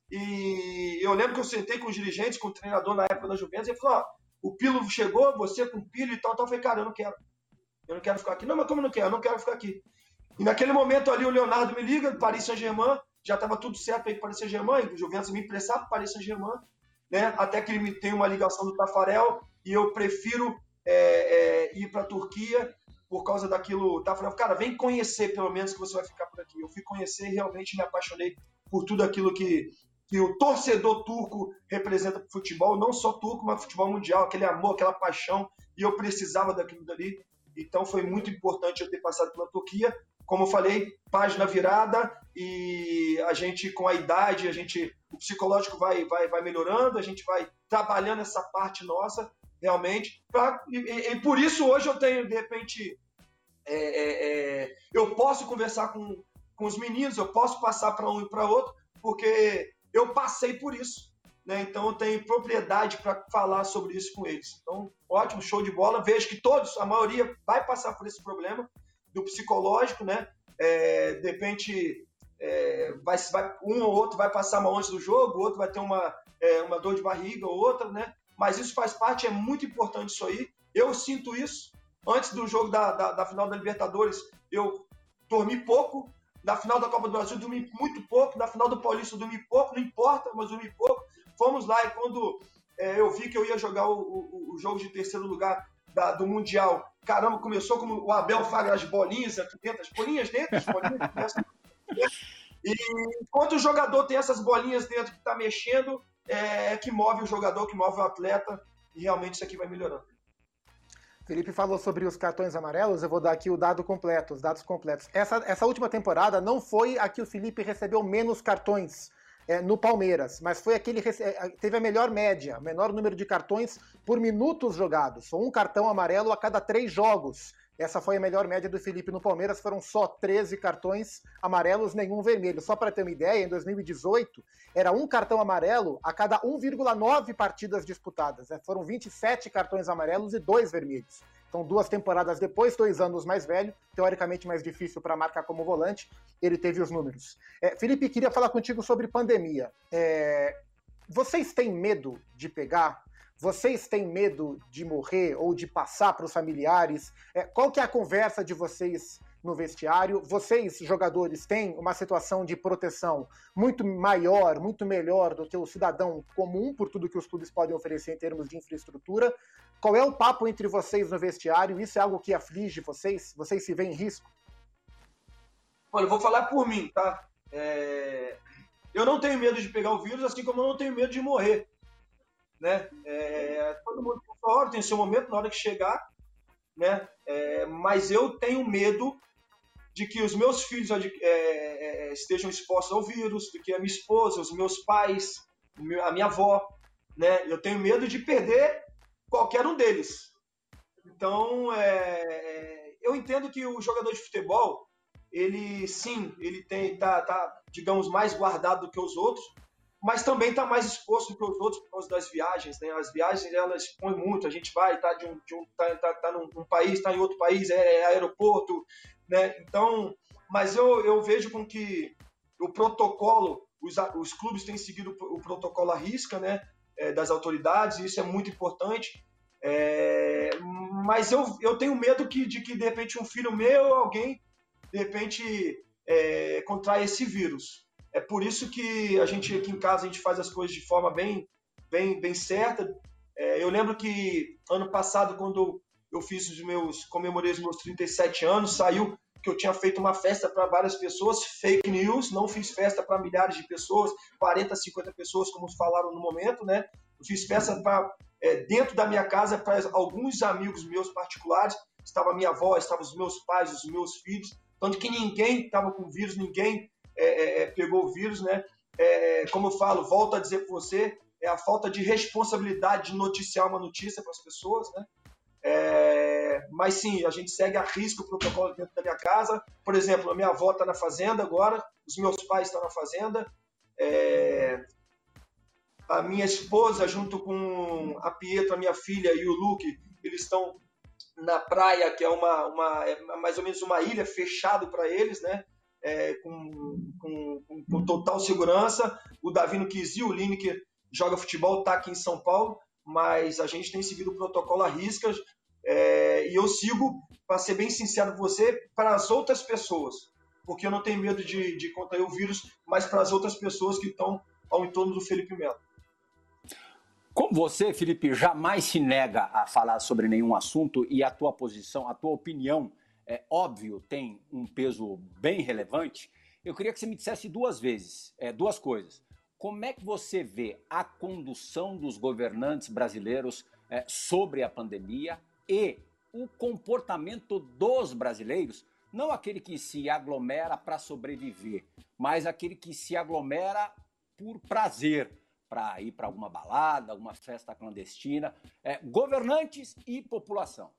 E eu lembro que eu sentei com os dirigentes, com o treinador na época da Juventus, e ele falou, o Pilo chegou, você com o Pilo e tal. Eu falei, cara, eu não quero ficar aqui. Não, mas como eu não quero? Eu não quero ficar aqui. E naquele momento ali, o Leonardo me liga, do Paris Saint-Germain, já estava tudo certo para ir para o Paris Saint-Germain, o Juventus me emprestar para o Paris Saint-Germain, né? Até que ele me tem uma ligação do Tafarel, e eu prefiro ir para a Turquia por causa daquilo. Tafarel, cara, vem conhecer pelo menos que você vai ficar por aqui. Eu fui conhecer e realmente me apaixonei por tudo aquilo que o torcedor turco representa para o futebol, não só turco, mas futebol mundial, aquele amor, aquela paixão, e eu precisava daquilo dali. Então foi muito importante eu ter passado pela Turquia. Como eu falei, página virada, e a gente, com a idade, o psicológico vai melhorando, a gente vai trabalhando essa parte nossa, realmente. E por isso hoje eu tenho, de repente, eu posso conversar com os meninos, eu posso passar para um e para outro, porque eu passei por isso, né? Então eu tenho propriedade para falar sobre isso com eles. Então, ótimo, show de bola. Vejo que a maioria vai passar por esse problema do psicológico, né? De repente, um ou outro vai passar mal antes do jogo, o outro vai ter uma dor de barriga ou outra, né? Mas isso faz parte, é muito importante isso aí. Eu sinto isso. Antes do jogo da final da Libertadores, eu dormi pouco. Na final da Copa do Brasil, dormi muito pouco. Na final do Paulista, dormi pouco. Não importa, mas dormi pouco. Fomos lá e quando eu vi que eu ia jogar o jogo de terceiro lugar do Mundial, caramba, começou como o Abel fala, as bolinhas dentro, e enquanto o jogador tem essas bolinhas dentro que está mexendo, que move o jogador, que move o atleta, e realmente isso aqui vai melhorando. Felipe falou sobre os cartões amarelos, eu vou dar aqui os dados completos. Essa última temporada não foi a que o Felipe recebeu menos cartões no Palmeiras, mas foi aquele que teve a melhor média, o menor número de cartões por minutos jogados. Um cartão amarelo a cada 3 jogos. Essa foi a melhor média do Felipe no Palmeiras, foram só 13 cartões amarelos, nenhum vermelho. Só para ter uma ideia, em 2018, era um cartão amarelo a cada 1,9 partidas disputadas. Foram 27 cartões amarelos e 2 vermelhos. Então, 2 temporadas depois, 2 anos mais velho, teoricamente mais difícil para marcar como volante, ele teve os números. Felipe, queria falar contigo sobre pandemia. Vocês têm medo de pegar? Vocês têm medo de morrer ou de passar para os familiares? Qual que é a conversa de vocês no vestiário? Vocês, jogadores, têm uma situação de proteção muito maior, muito melhor do que o cidadão comum, por tudo que os clubes podem oferecer em termos de infraestrutura. Qual é o papo entre vocês no vestiário? Isso é algo que aflige vocês? Vocês se veem em risco? Olha, eu vou falar por mim, tá? Eu não tenho medo de pegar o vírus, assim como eu não tenho medo de morrer. Né? Todo mundo tem sua hora, tem seu momento, na hora que chegar, né? Mas eu tenho medo de que os meus filhos estejam expostos ao vírus, de que a minha esposa, os meus pais, a minha avó, né? Eu tenho medo de perder qualquer um deles. Então, eu entendo que o jogador de futebol, ele tá, digamos, mais guardado do que os outros, mas também está mais exposto do que os outros por causa das viagens, né? As viagens, elas expõem muito, a gente vai, tá num país, está em outro país, é aeroporto, né? Então, mas eu vejo com que o protocolo, os clubes têm seguido o protocolo à risca, né? Das autoridades, e isso é muito importante. Mas eu tenho medo de que, de repente, um filho meu ou alguém, de repente, contrai esse vírus. É por isso que a gente, aqui em casa, a gente faz as coisas de forma bem certa. Eu lembro que, ano passado, quando eu comemorei os meus 37 anos, saiu que eu tinha feito uma festa para várias pessoas, fake news, não fiz festa para milhares de pessoas, 40, 50 pessoas, como falaram no momento, né? Eu fiz festa dentro da minha casa para alguns amigos meus particulares, estava a minha avó, estavam os meus pais, os meus filhos, tanto que ninguém estava com vírus, ninguém pegou o vírus, né? Como eu falo, volto a dizer para você, é a falta de responsabilidade de noticiar uma notícia para as pessoas, né? Mas sim, a gente segue a risco o protocolo dentro da minha casa. Por exemplo, a minha avó está na fazenda agora, os meus pais estão na fazenda, a minha esposa junto com a Pietra, minha filha, e o Luke, eles estão na praia, que é mais ou menos uma ilha fechada para eles, né? Com total segurança. O Davi não quis ir, o Lineker joga futebol, está aqui em São Paulo, mas a gente tem seguido o protocolo à risca, e eu sigo, para ser bem sincero com você, para as outras pessoas, porque eu não tenho medo de contrair o vírus, mas para as outras pessoas que estão ao entorno do Felipe Melo. Como você, Felipe, jamais se nega a falar sobre nenhum assunto, e a tua posição, a tua opinião, óbvio, tem um peso bem relevante, eu queria que você me dissesse duas coisas. Como é que você vê a condução dos governantes brasileiros sobre a pandemia e o comportamento dos brasileiros, não aquele que se aglomera para sobreviver, mas aquele que se aglomera por prazer, para ir para alguma balada, alguma festa clandestina, governantes e população.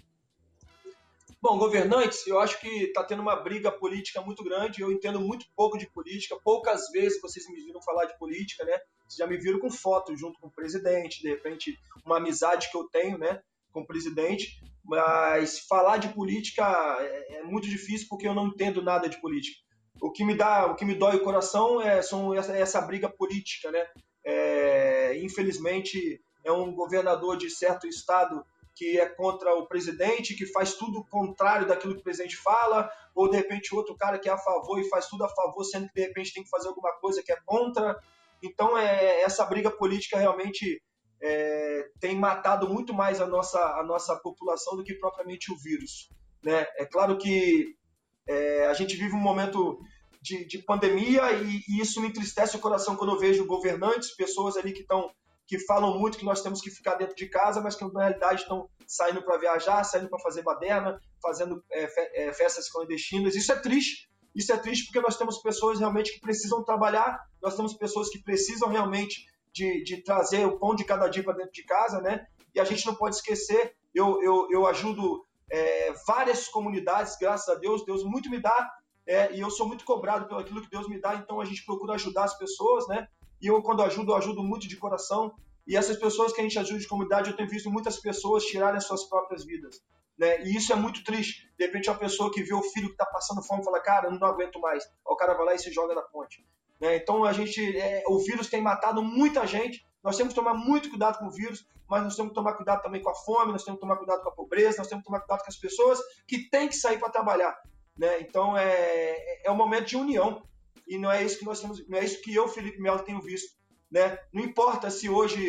Bom, governantes, eu acho que está tendo uma briga política muito grande, eu entendo muito pouco de política, poucas vezes vocês me viram falar de política, né? Vocês já me viram com foto junto com o presidente, de repente uma amizade que eu tenho, né, com o presidente, mas falar de política é muito difícil porque eu não entendo nada de política. O que me dói o coração são essa briga política, né? Infelizmente, é um governador de certo estado que é contra o presidente, que faz tudo contrário daquilo que o presidente fala, ou de repente outro cara que é a favor e faz tudo a favor, sendo que de repente tem que fazer alguma coisa que é contra. Então, essa briga política realmente tem matado muito mais a nossa população do que propriamente o vírus, né? É claro que a gente vive um momento de pandemia e isso me entristece o coração quando eu vejo governantes, pessoas ali que falam muito que nós temos que ficar dentro de casa, mas que na realidade estão saindo para viajar, saindo para fazer baderna, fazendo festas clandestinas. Isso é triste porque nós temos pessoas realmente que precisam trabalhar, nós temos pessoas que precisam realmente de trazer o pão de cada dia para dentro de casa, né? E a gente não pode esquecer, eu ajudo várias comunidades, graças a Deus, Deus muito me dá, e eu sou muito cobrado pelo aquilo que Deus me dá, então a gente procura ajudar as pessoas, né? E eu, quando ajudo, eu ajudo muito de coração. E essas pessoas que a gente ajuda de comunidade, eu tenho visto muitas pessoas tirarem as suas próprias vidas, né? E isso é muito triste. De repente, uma pessoa que vê o filho que está passando fome fala, cara, eu não aguento mais. Aí o cara vai lá e se joga na ponte, né? Então, o vírus tem matado muita gente. Nós temos que tomar muito cuidado com o vírus, mas nós temos que tomar cuidado também com a fome, nós temos que tomar cuidado com a pobreza, nós temos que tomar cuidado com as pessoas que têm que sair para trabalhar, né? Então, é um momento de união. E não é isso que nós temos, não é isso que eu, Felipe Melo, tenho visto, né? Não importa se hoje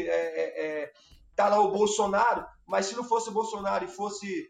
tá lá o Bolsonaro, mas se não fosse o Bolsonaro e fosse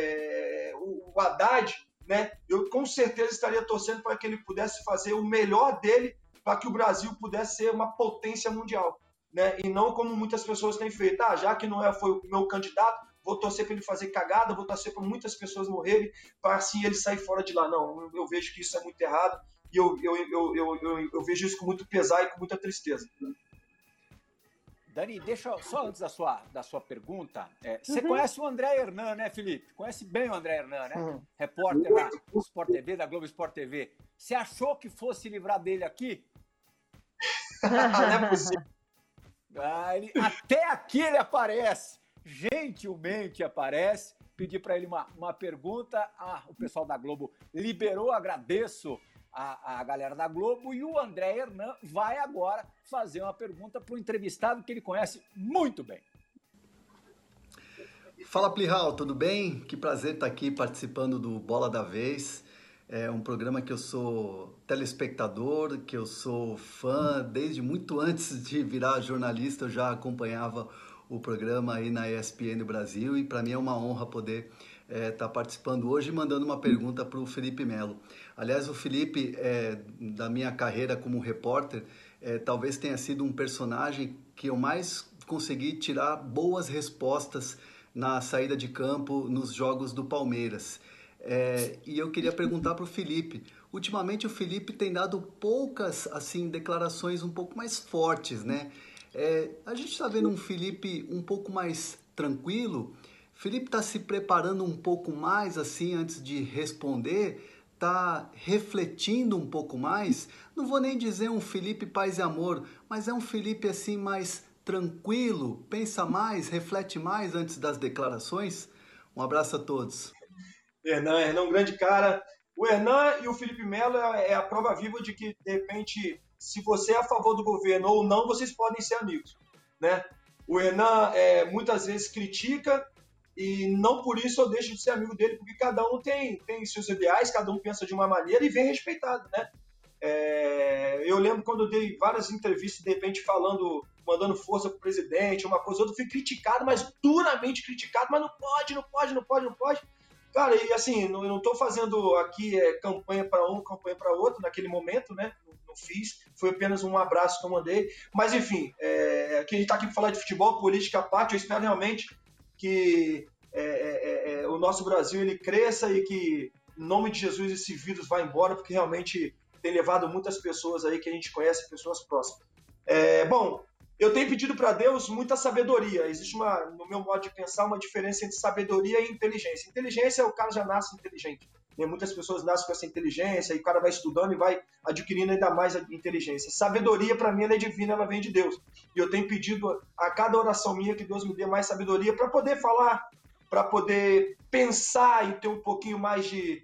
o Haddad, né? Eu com certeza estaria torcendo para que ele pudesse fazer o melhor dele para que o Brasil pudesse ser uma potência mundial, né? E não como muitas pessoas têm feito. Já que não foi o meu candidato, vou torcer para ele fazer cagada, vou torcer para muitas pessoas morrerem, para assim ele sair fora de lá. Não, eu vejo que isso é muito errado e eu vejo isso com muito pesar e com muita tristeza. Dani, deixa só antes da sua pergunta. Você conhece o André Hernan, né, Felipe? Conhece bem o André Hernan, né? Repórter da Sport TV, da Globo Sport TV. Você achou que fosse livrar dele aqui? Não é possível. Até aqui ele aparece. Gentilmente aparece. Pedi para ele uma pergunta. O pessoal da Globo liberou. Agradeço a galera da Globo, e o André Hernan vai agora fazer uma pergunta para o entrevistado que ele conhece muito bem. Fala, Plihal, tudo bem? Que prazer estar aqui participando do Bola da Vez. É um programa que eu sou telespectador, que eu sou fã, desde muito antes de virar jornalista eu já acompanhava o programa aí na ESPN Brasil, e para mim é uma honra poder estar participando hoje e mandando uma pergunta para o Felipe Melo. Aliás, o Felipe, da minha carreira como repórter, talvez tenha sido um personagem que eu mais consegui tirar boas respostas na saída de campo nos jogos do Palmeiras. E eu queria perguntar para o Felipe, ultimamente o Felipe tem dado poucas assim, declarações um pouco mais fortes, né? A gente está vendo um Felipe um pouco mais tranquilo. Felipe está se preparando um pouco mais assim antes de responder, está refletindo um pouco mais. Não vou nem dizer um Felipe paz e amor, mas é um Felipe assim mais tranquilo, pensa mais, reflete mais antes das declarações. Um abraço a todos. Hernan é um grande cara. O Hernan e o Felipe Melo é a prova viva de que, de repente, se você é a favor do governo ou não, vocês podem ser amigos, né? O Hernan muitas vezes critica, e não por isso eu deixo de ser amigo dele, porque cada um tem seus ideais, cada um pensa de uma maneira e vem respeitado, né? Eu lembro quando eu dei várias entrevistas, de repente mandando força pro presidente, uma coisa ou outra, fui criticado, mas duramente criticado, mas não pode. Cara, e assim, eu não estou fazendo aqui campanha para um, campanha para outro, naquele momento, né? Não fiz, foi apenas um abraço que eu mandei. Mas enfim, aqui a gente está aqui para falar de futebol, política à parte, eu espero realmente que o nosso Brasil ele cresça e que, em nome de Jesus, esse vírus vá embora, porque realmente tem levado muitas pessoas aí que a gente conhece, pessoas próximas. Bom, eu tenho pedido para Deus muita sabedoria. Existe, no meu modo de pensar, uma diferença entre sabedoria e inteligência. Inteligência, o cara já nasce inteligente. Muitas pessoas nascem com essa inteligência e o cara vai estudando e vai adquirindo ainda mais a inteligência. Sabedoria, para mim, ela é divina, ela vem de Deus. E eu tenho pedido a cada oração minha que Deus me dê mais sabedoria para poder falar, para poder pensar e ter um pouquinho mais de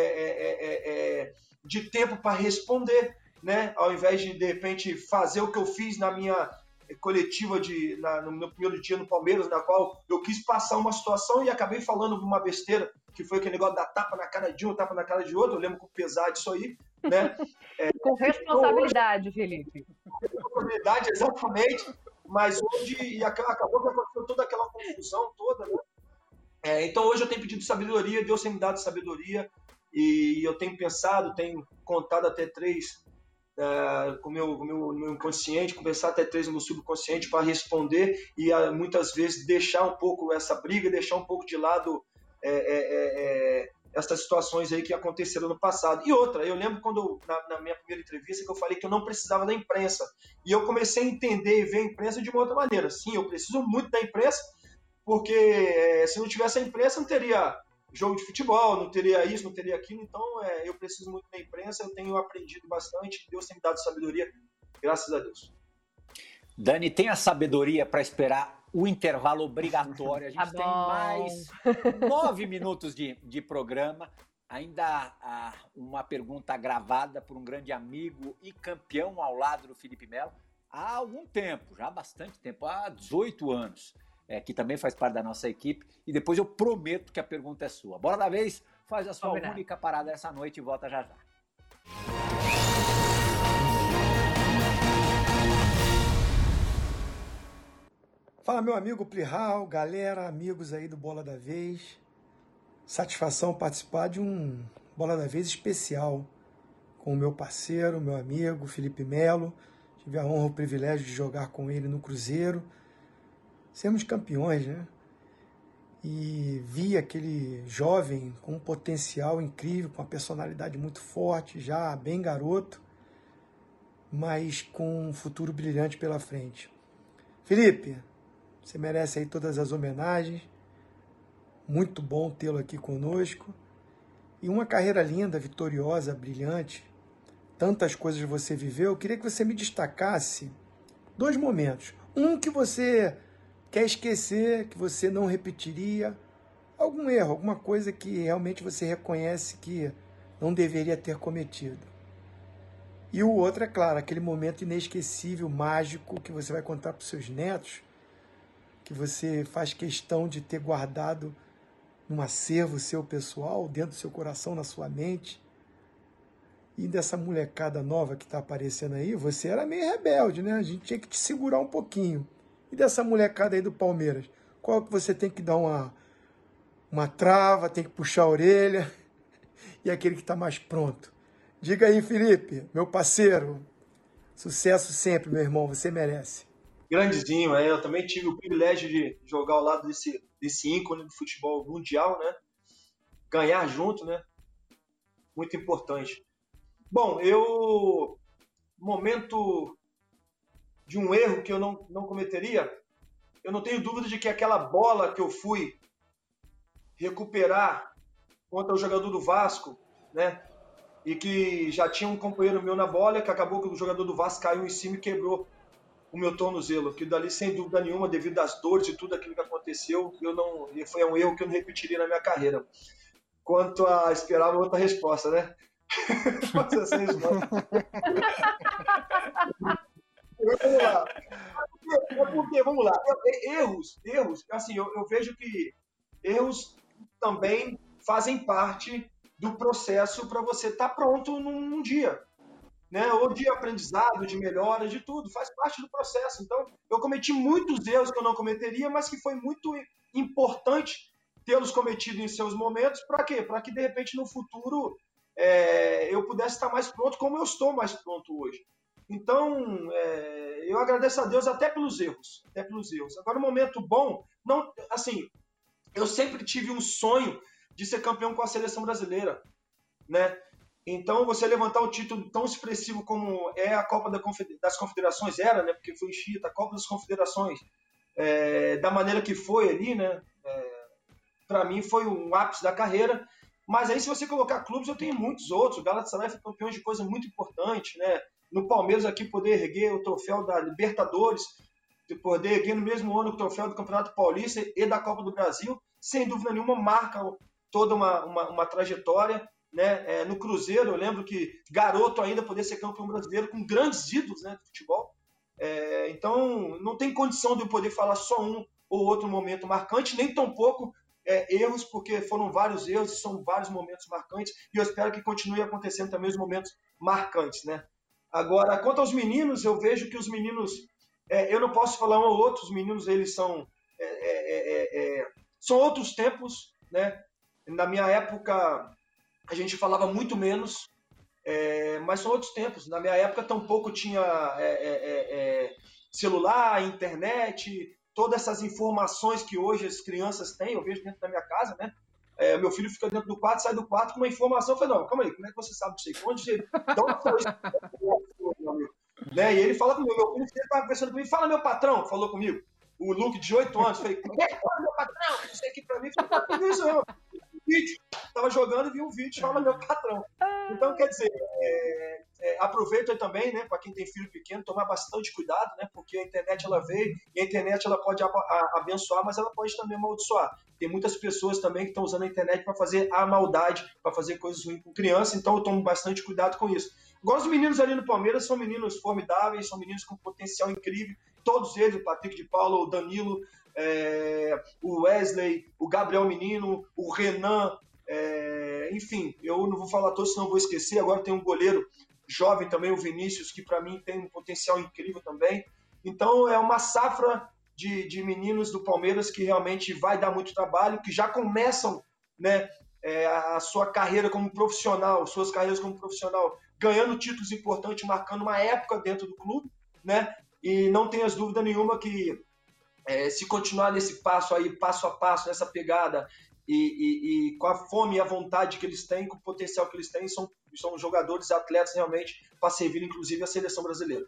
tempo para responder, né? Ao invés de repente, fazer o que eu fiz na minha coletiva no meu primeiro dia no Palmeiras, na qual eu quis passar uma situação e acabei falando uma besteira, que foi aquele negócio da tapa na cara de um, tapa na cara de outro. Eu lembro com pesar disso aí, né? Com responsabilidade, Felipe. Responsabilidade, exatamente. Mas hoje, acabou que aconteceu toda aquela confusão toda, né? Então hoje eu tenho pedido sabedoria, Deus tem me dado sabedoria, e eu tenho pensado, tenho contado até 3 com o meu inconsciente, conversar até 3 no meu subconsciente para responder e muitas vezes deixar um pouco essa briga, deixar um pouco de lado essas situações aí que aconteceram no passado. E outra, eu lembro quando na minha primeira entrevista que eu falei que eu não precisava da imprensa, e eu comecei a entender e ver a imprensa de uma outra maneira. Sim, eu preciso muito da imprensa, porque se não tivesse a imprensa não teria jogo de futebol, não teria isso, não teria aquilo. Então eu preciso muito da imprensa, eu tenho aprendido bastante, Deus tem me dado sabedoria, graças a Deus. Dani, tem a sabedoria para esperar o intervalo obrigatório. A gente tem mais 9 minutos de programa. Ainda uma pergunta gravada por um grande amigo e campeão ao lado do Felipe Melo há algum tempo, já há bastante tempo, há 18 anos, que também faz parte da nossa equipe. E depois eu prometo que a pergunta é sua. Bola da Vez faz a sua única parada essa noite e volta já já. Fala, meu amigo Plihal, galera, amigos aí do Bola da Vez. Satisfação participar de um Bola da Vez especial com o meu parceiro, meu amigo Felipe Melo. Tive a honra e o privilégio de jogar com ele no Cruzeiro. Sermos campeões, né? e vi aquele jovem com um potencial incrível, com uma personalidade muito forte, já bem garoto, mas com um futuro brilhante pela frente. Felipe, você merece aí todas as homenagens, muito bom tê-lo aqui conosco, e uma carreira linda, vitoriosa, brilhante, tantas coisas você viveu. Eu queria que você me destacasse 2 momentos. Um que você quer esquecer, que você não repetiria, algum erro, alguma coisa que realmente você reconhece que não deveria ter cometido. E o outro, é claro, aquele momento inesquecível, mágico, que você vai contar para os seus netos, que você faz questão de ter guardado num acervo seu pessoal, dentro do seu coração, na sua mente. E dessa molecada nova que está aparecendo aí, você era meio rebelde, né? A gente tinha que te segurar um pouquinho. E dessa molecada aí do Palmeiras, qual que você tem que dar uma trava, tem que puxar a orelha, e aquele que está mais pronto? Diga aí, Felipe, meu parceiro, sucesso sempre, meu irmão, você merece. Grandezinho, eu também tive o privilégio de jogar ao lado desse ícone do futebol mundial, né? Ganhar junto, né? Muito importante. Bom, momento de um erro que eu não cometeria, eu não tenho dúvida de que aquela bola que eu fui recuperar contra o jogador do Vasco, né? E que já tinha um companheiro meu na bola, que acabou que o jogador do Vasco caiu em cima e quebrou o meu tornozelo, que dali, sem dúvida nenhuma, devido às dores e tudo aquilo que aconteceu, foi um erro que eu não repetiria na minha carreira. Quanto a esperar uma outra resposta, né? Vamos lá. Porque, vamos lá. Erros, assim, eu vejo que erros também fazem parte do processo para você estar pronto num dia. Né? Ou de aprendizado, de melhora, de tudo, faz parte do processo. Então, eu cometi muitos erros que eu não cometeria, mas que foi muito importante tê-los cometido em seus momentos. Para quê? Para que, de repente, no futuro, eu pudesse estar mais pronto, como eu estou mais pronto hoje. Então, eu agradeço a Deus até pelos erros. Agora, um momento bom, não, assim, eu sempre tive um sonho de ser campeão com a seleção brasileira, né? Então, você levantar um título tão expressivo como é a Copa das Confederações, era, né? Porque foi extinta, a Copa das Confederações, da maneira que foi ali, né? Para mim, foi um ápice da carreira. Mas aí, se você colocar clubes, eu tenho muitos outros. O Galatasaray foi campeão de coisa muito importante, né? No Palmeiras, aqui, poder erguer o troféu da Libertadores, poder erguer no mesmo ano o troféu do Campeonato Paulista e da Copa do Brasil, sem dúvida nenhuma, marca toda uma trajetória. Né? No Cruzeiro, eu lembro que garoto ainda poder ser campeão brasileiro com grandes ídolos, né, do futebol. Então, não tem condição de eu poder falar só um ou outro momento marcante, nem tampouco erros, porque foram vários erros e são vários momentos marcantes, e eu espero que continue acontecendo também os momentos marcantes. Né? Agora, quanto aos meninos, eu vejo que os meninos, eu não posso falar um ou outro, os meninos eles são outros tempos. Né? Na minha época, a gente falava muito menos, mas são outros tempos. Na minha época, tampouco tinha celular, internet, todas essas informações que hoje as crianças têm, eu vejo dentro da minha casa, né? Meu filho fica dentro do quarto, sai do quarto com uma informação. Eu falei, não, calma aí, como é que você sabe disso aí? Onde você... Então, foi isso, meu amigo. Né? E ele fala comigo, meu filho estava conversando comigo, fala meu patrão, falou comigo. O Luke, de 8 anos, falei, como é que fala meu patrão? Isso aqui pra mim, falei, isso eu. Vídeo, estava jogando e vi um vídeo, fala meu patrão. Então, quer dizer, aproveito aí também, né, para quem tem filho pequeno, tomar bastante cuidado, né, porque a internet ela veio e a internet ela pode abençoar, mas ela pode também amaldiçoar. Tem muitas pessoas também que estão usando a internet para fazer a maldade, para fazer coisas ruins com criança, então eu tomo bastante cuidado com isso. Agora, os meninos ali no Palmeiras são meninos formidáveis, são meninos com potencial incrível, todos eles, o Patrick de Paula, o Danilo, o Wesley, o Gabriel Menino, o Renan, enfim, eu não vou falar todos, senão vou esquecer. Agora tem um goleiro jovem também, o Vinícius, que para mim tem um potencial incrível também. Então é uma safra de meninos do Palmeiras que realmente vai dar muito trabalho, que já começam, né, a sua carreira como profissional, suas carreiras como profissional, ganhando títulos importantes, marcando uma época dentro do clube, né? E não tenhas dúvida nenhuma que se continuar nesse passo aí, passo a passo, nessa pegada, e com a fome e a vontade que eles têm, com o potencial que eles têm, são jogadores, atletas realmente para servir, inclusive, a seleção brasileira.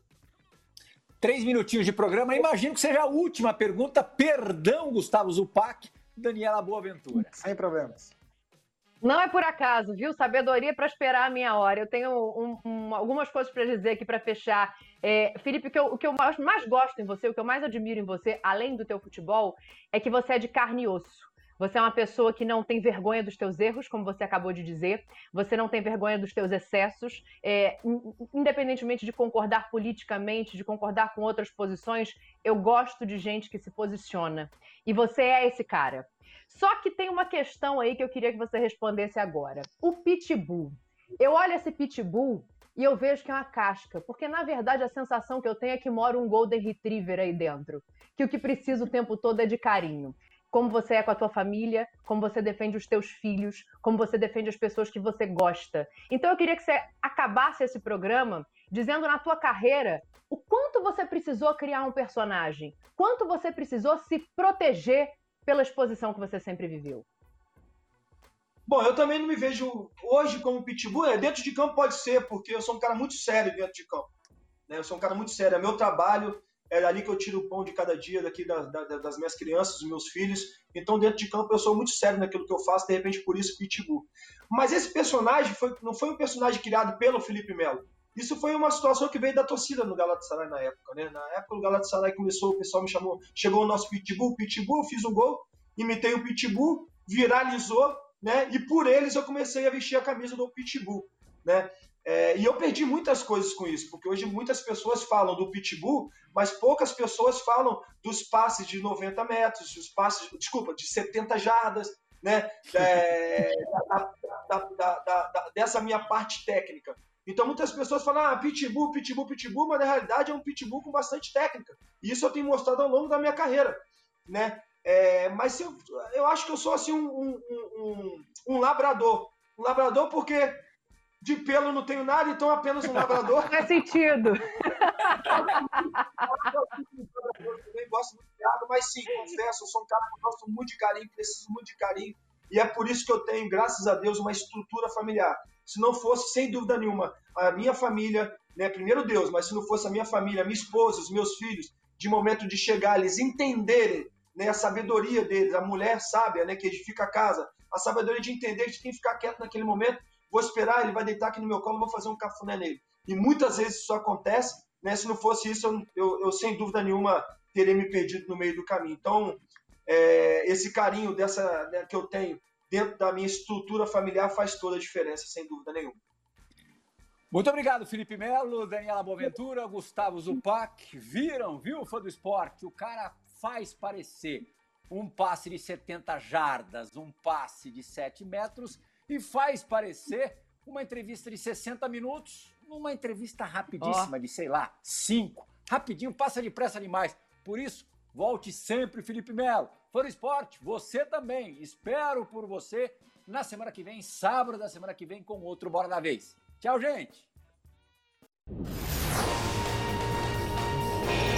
3 minutinhos de programa. Imagino que seja a última pergunta. Perdão, Gustavo Zupac. Daniela Boaventura. Sem problemas. Não é por acaso, viu? Sabedoria para esperar a minha hora. Eu tenho algumas coisas para dizer aqui para fechar. Felipe, o que eu mais gosto em você, o que eu mais admiro em você, além do teu futebol, é que você é de carne e osso. Você é uma pessoa que não tem vergonha dos teus erros, como você acabou de dizer. Você não tem vergonha dos teus excessos. Independentemente de concordar politicamente, de concordar com outras posições, eu gosto de gente que se posiciona. E você é esse cara. Só que tem uma questão aí que eu queria que você respondesse agora. O Pitbull. Eu olho esse Pitbull e eu vejo que é uma casca. Porque, na verdade, a sensação que eu tenho é que mora um Golden Retriever aí dentro. Que o que precisa o tempo todo é de carinho. Como você é com a tua família, como você defende os teus filhos, como você defende as pessoas que você gosta. Então eu queria que você acabasse esse programa dizendo na tua carreira o quanto você precisou criar um personagem, quanto você precisou se proteger pela exposição que você sempre viveu. Bom, eu também não me vejo hoje como pitbull. Dentro de campo pode ser, porque eu sou um cara muito sério dentro de campo. Eu sou um cara muito sério, é meu trabalho. É ali que eu tiro o pão de cada dia daqui das minhas crianças, dos meus filhos. Então, dentro de campo, eu sou muito sério naquilo que eu faço, de repente, por isso, Pitbull. Mas esse personagem não foi um personagem criado pelo Felipe Melo. Isso foi uma situação que veio da torcida no Galatasaray na época, né? Na época, o Galatasaray começou, o pessoal me chamou, chegou o nosso Pitbull, eu fiz um gol, imitei o Pitbull, viralizou, né? E por eles eu comecei a vestir a camisa do Pitbull, né? E eu perdi muitas coisas com isso, porque hoje muitas pessoas falam do Pitbull, mas poucas pessoas falam dos passes de 90 metros, dos passes, de 70 jardas, né? Dessa minha parte técnica. Então muitas pessoas falam, Pitbull, mas na realidade é um Pitbull com bastante técnica. E isso eu tenho mostrado ao longo da minha carreira, né? Mas eu acho que eu sou assim um labrador. Um labrador porque de pelo não tenho nada, então apenas um labrador. Faz sentido. Eu também gosto muito de piada, mas sim, confesso, eu sou um cara que gosto muito de carinho, preciso muito de carinho, e é por isso que eu tenho, graças a Deus, uma estrutura familiar. Se não fosse, sem dúvida nenhuma, a minha família, né, primeiro Deus, mas se não fosse a minha família, minha esposa, os meus filhos, de momento de chegar, eles entenderem, né, a sabedoria deles, a mulher sábia, né, que edifica a casa, a sabedoria de entender que tem que ficar quieto naquele momento. Vou esperar, ele vai deitar aqui no meu colo, vou fazer um cafuné nele. E muitas vezes isso acontece, né? Se não fosse isso, eu sem dúvida nenhuma teria me perdido no meio do caminho. Então, esse carinho né, que eu tenho dentro da minha estrutura familiar faz toda a diferença, sem dúvida nenhuma. Muito obrigado, Felipe Melo, Daniela Boaventura, Gustavo Zupac. Viu, fã do esporte? O cara faz parecer um passe de 70 jardas, um passe de 7 metros... E faz parecer uma entrevista de 60 minutos, numa entrevista rapidíssima de, 5. Rapidinho, passa depressa demais. Por isso, volte sempre, Felipe Melo. Fã do esporte, você também. Espero por você na semana que vem, sábado da semana que vem, com outro Bora da Vez. Tchau, gente!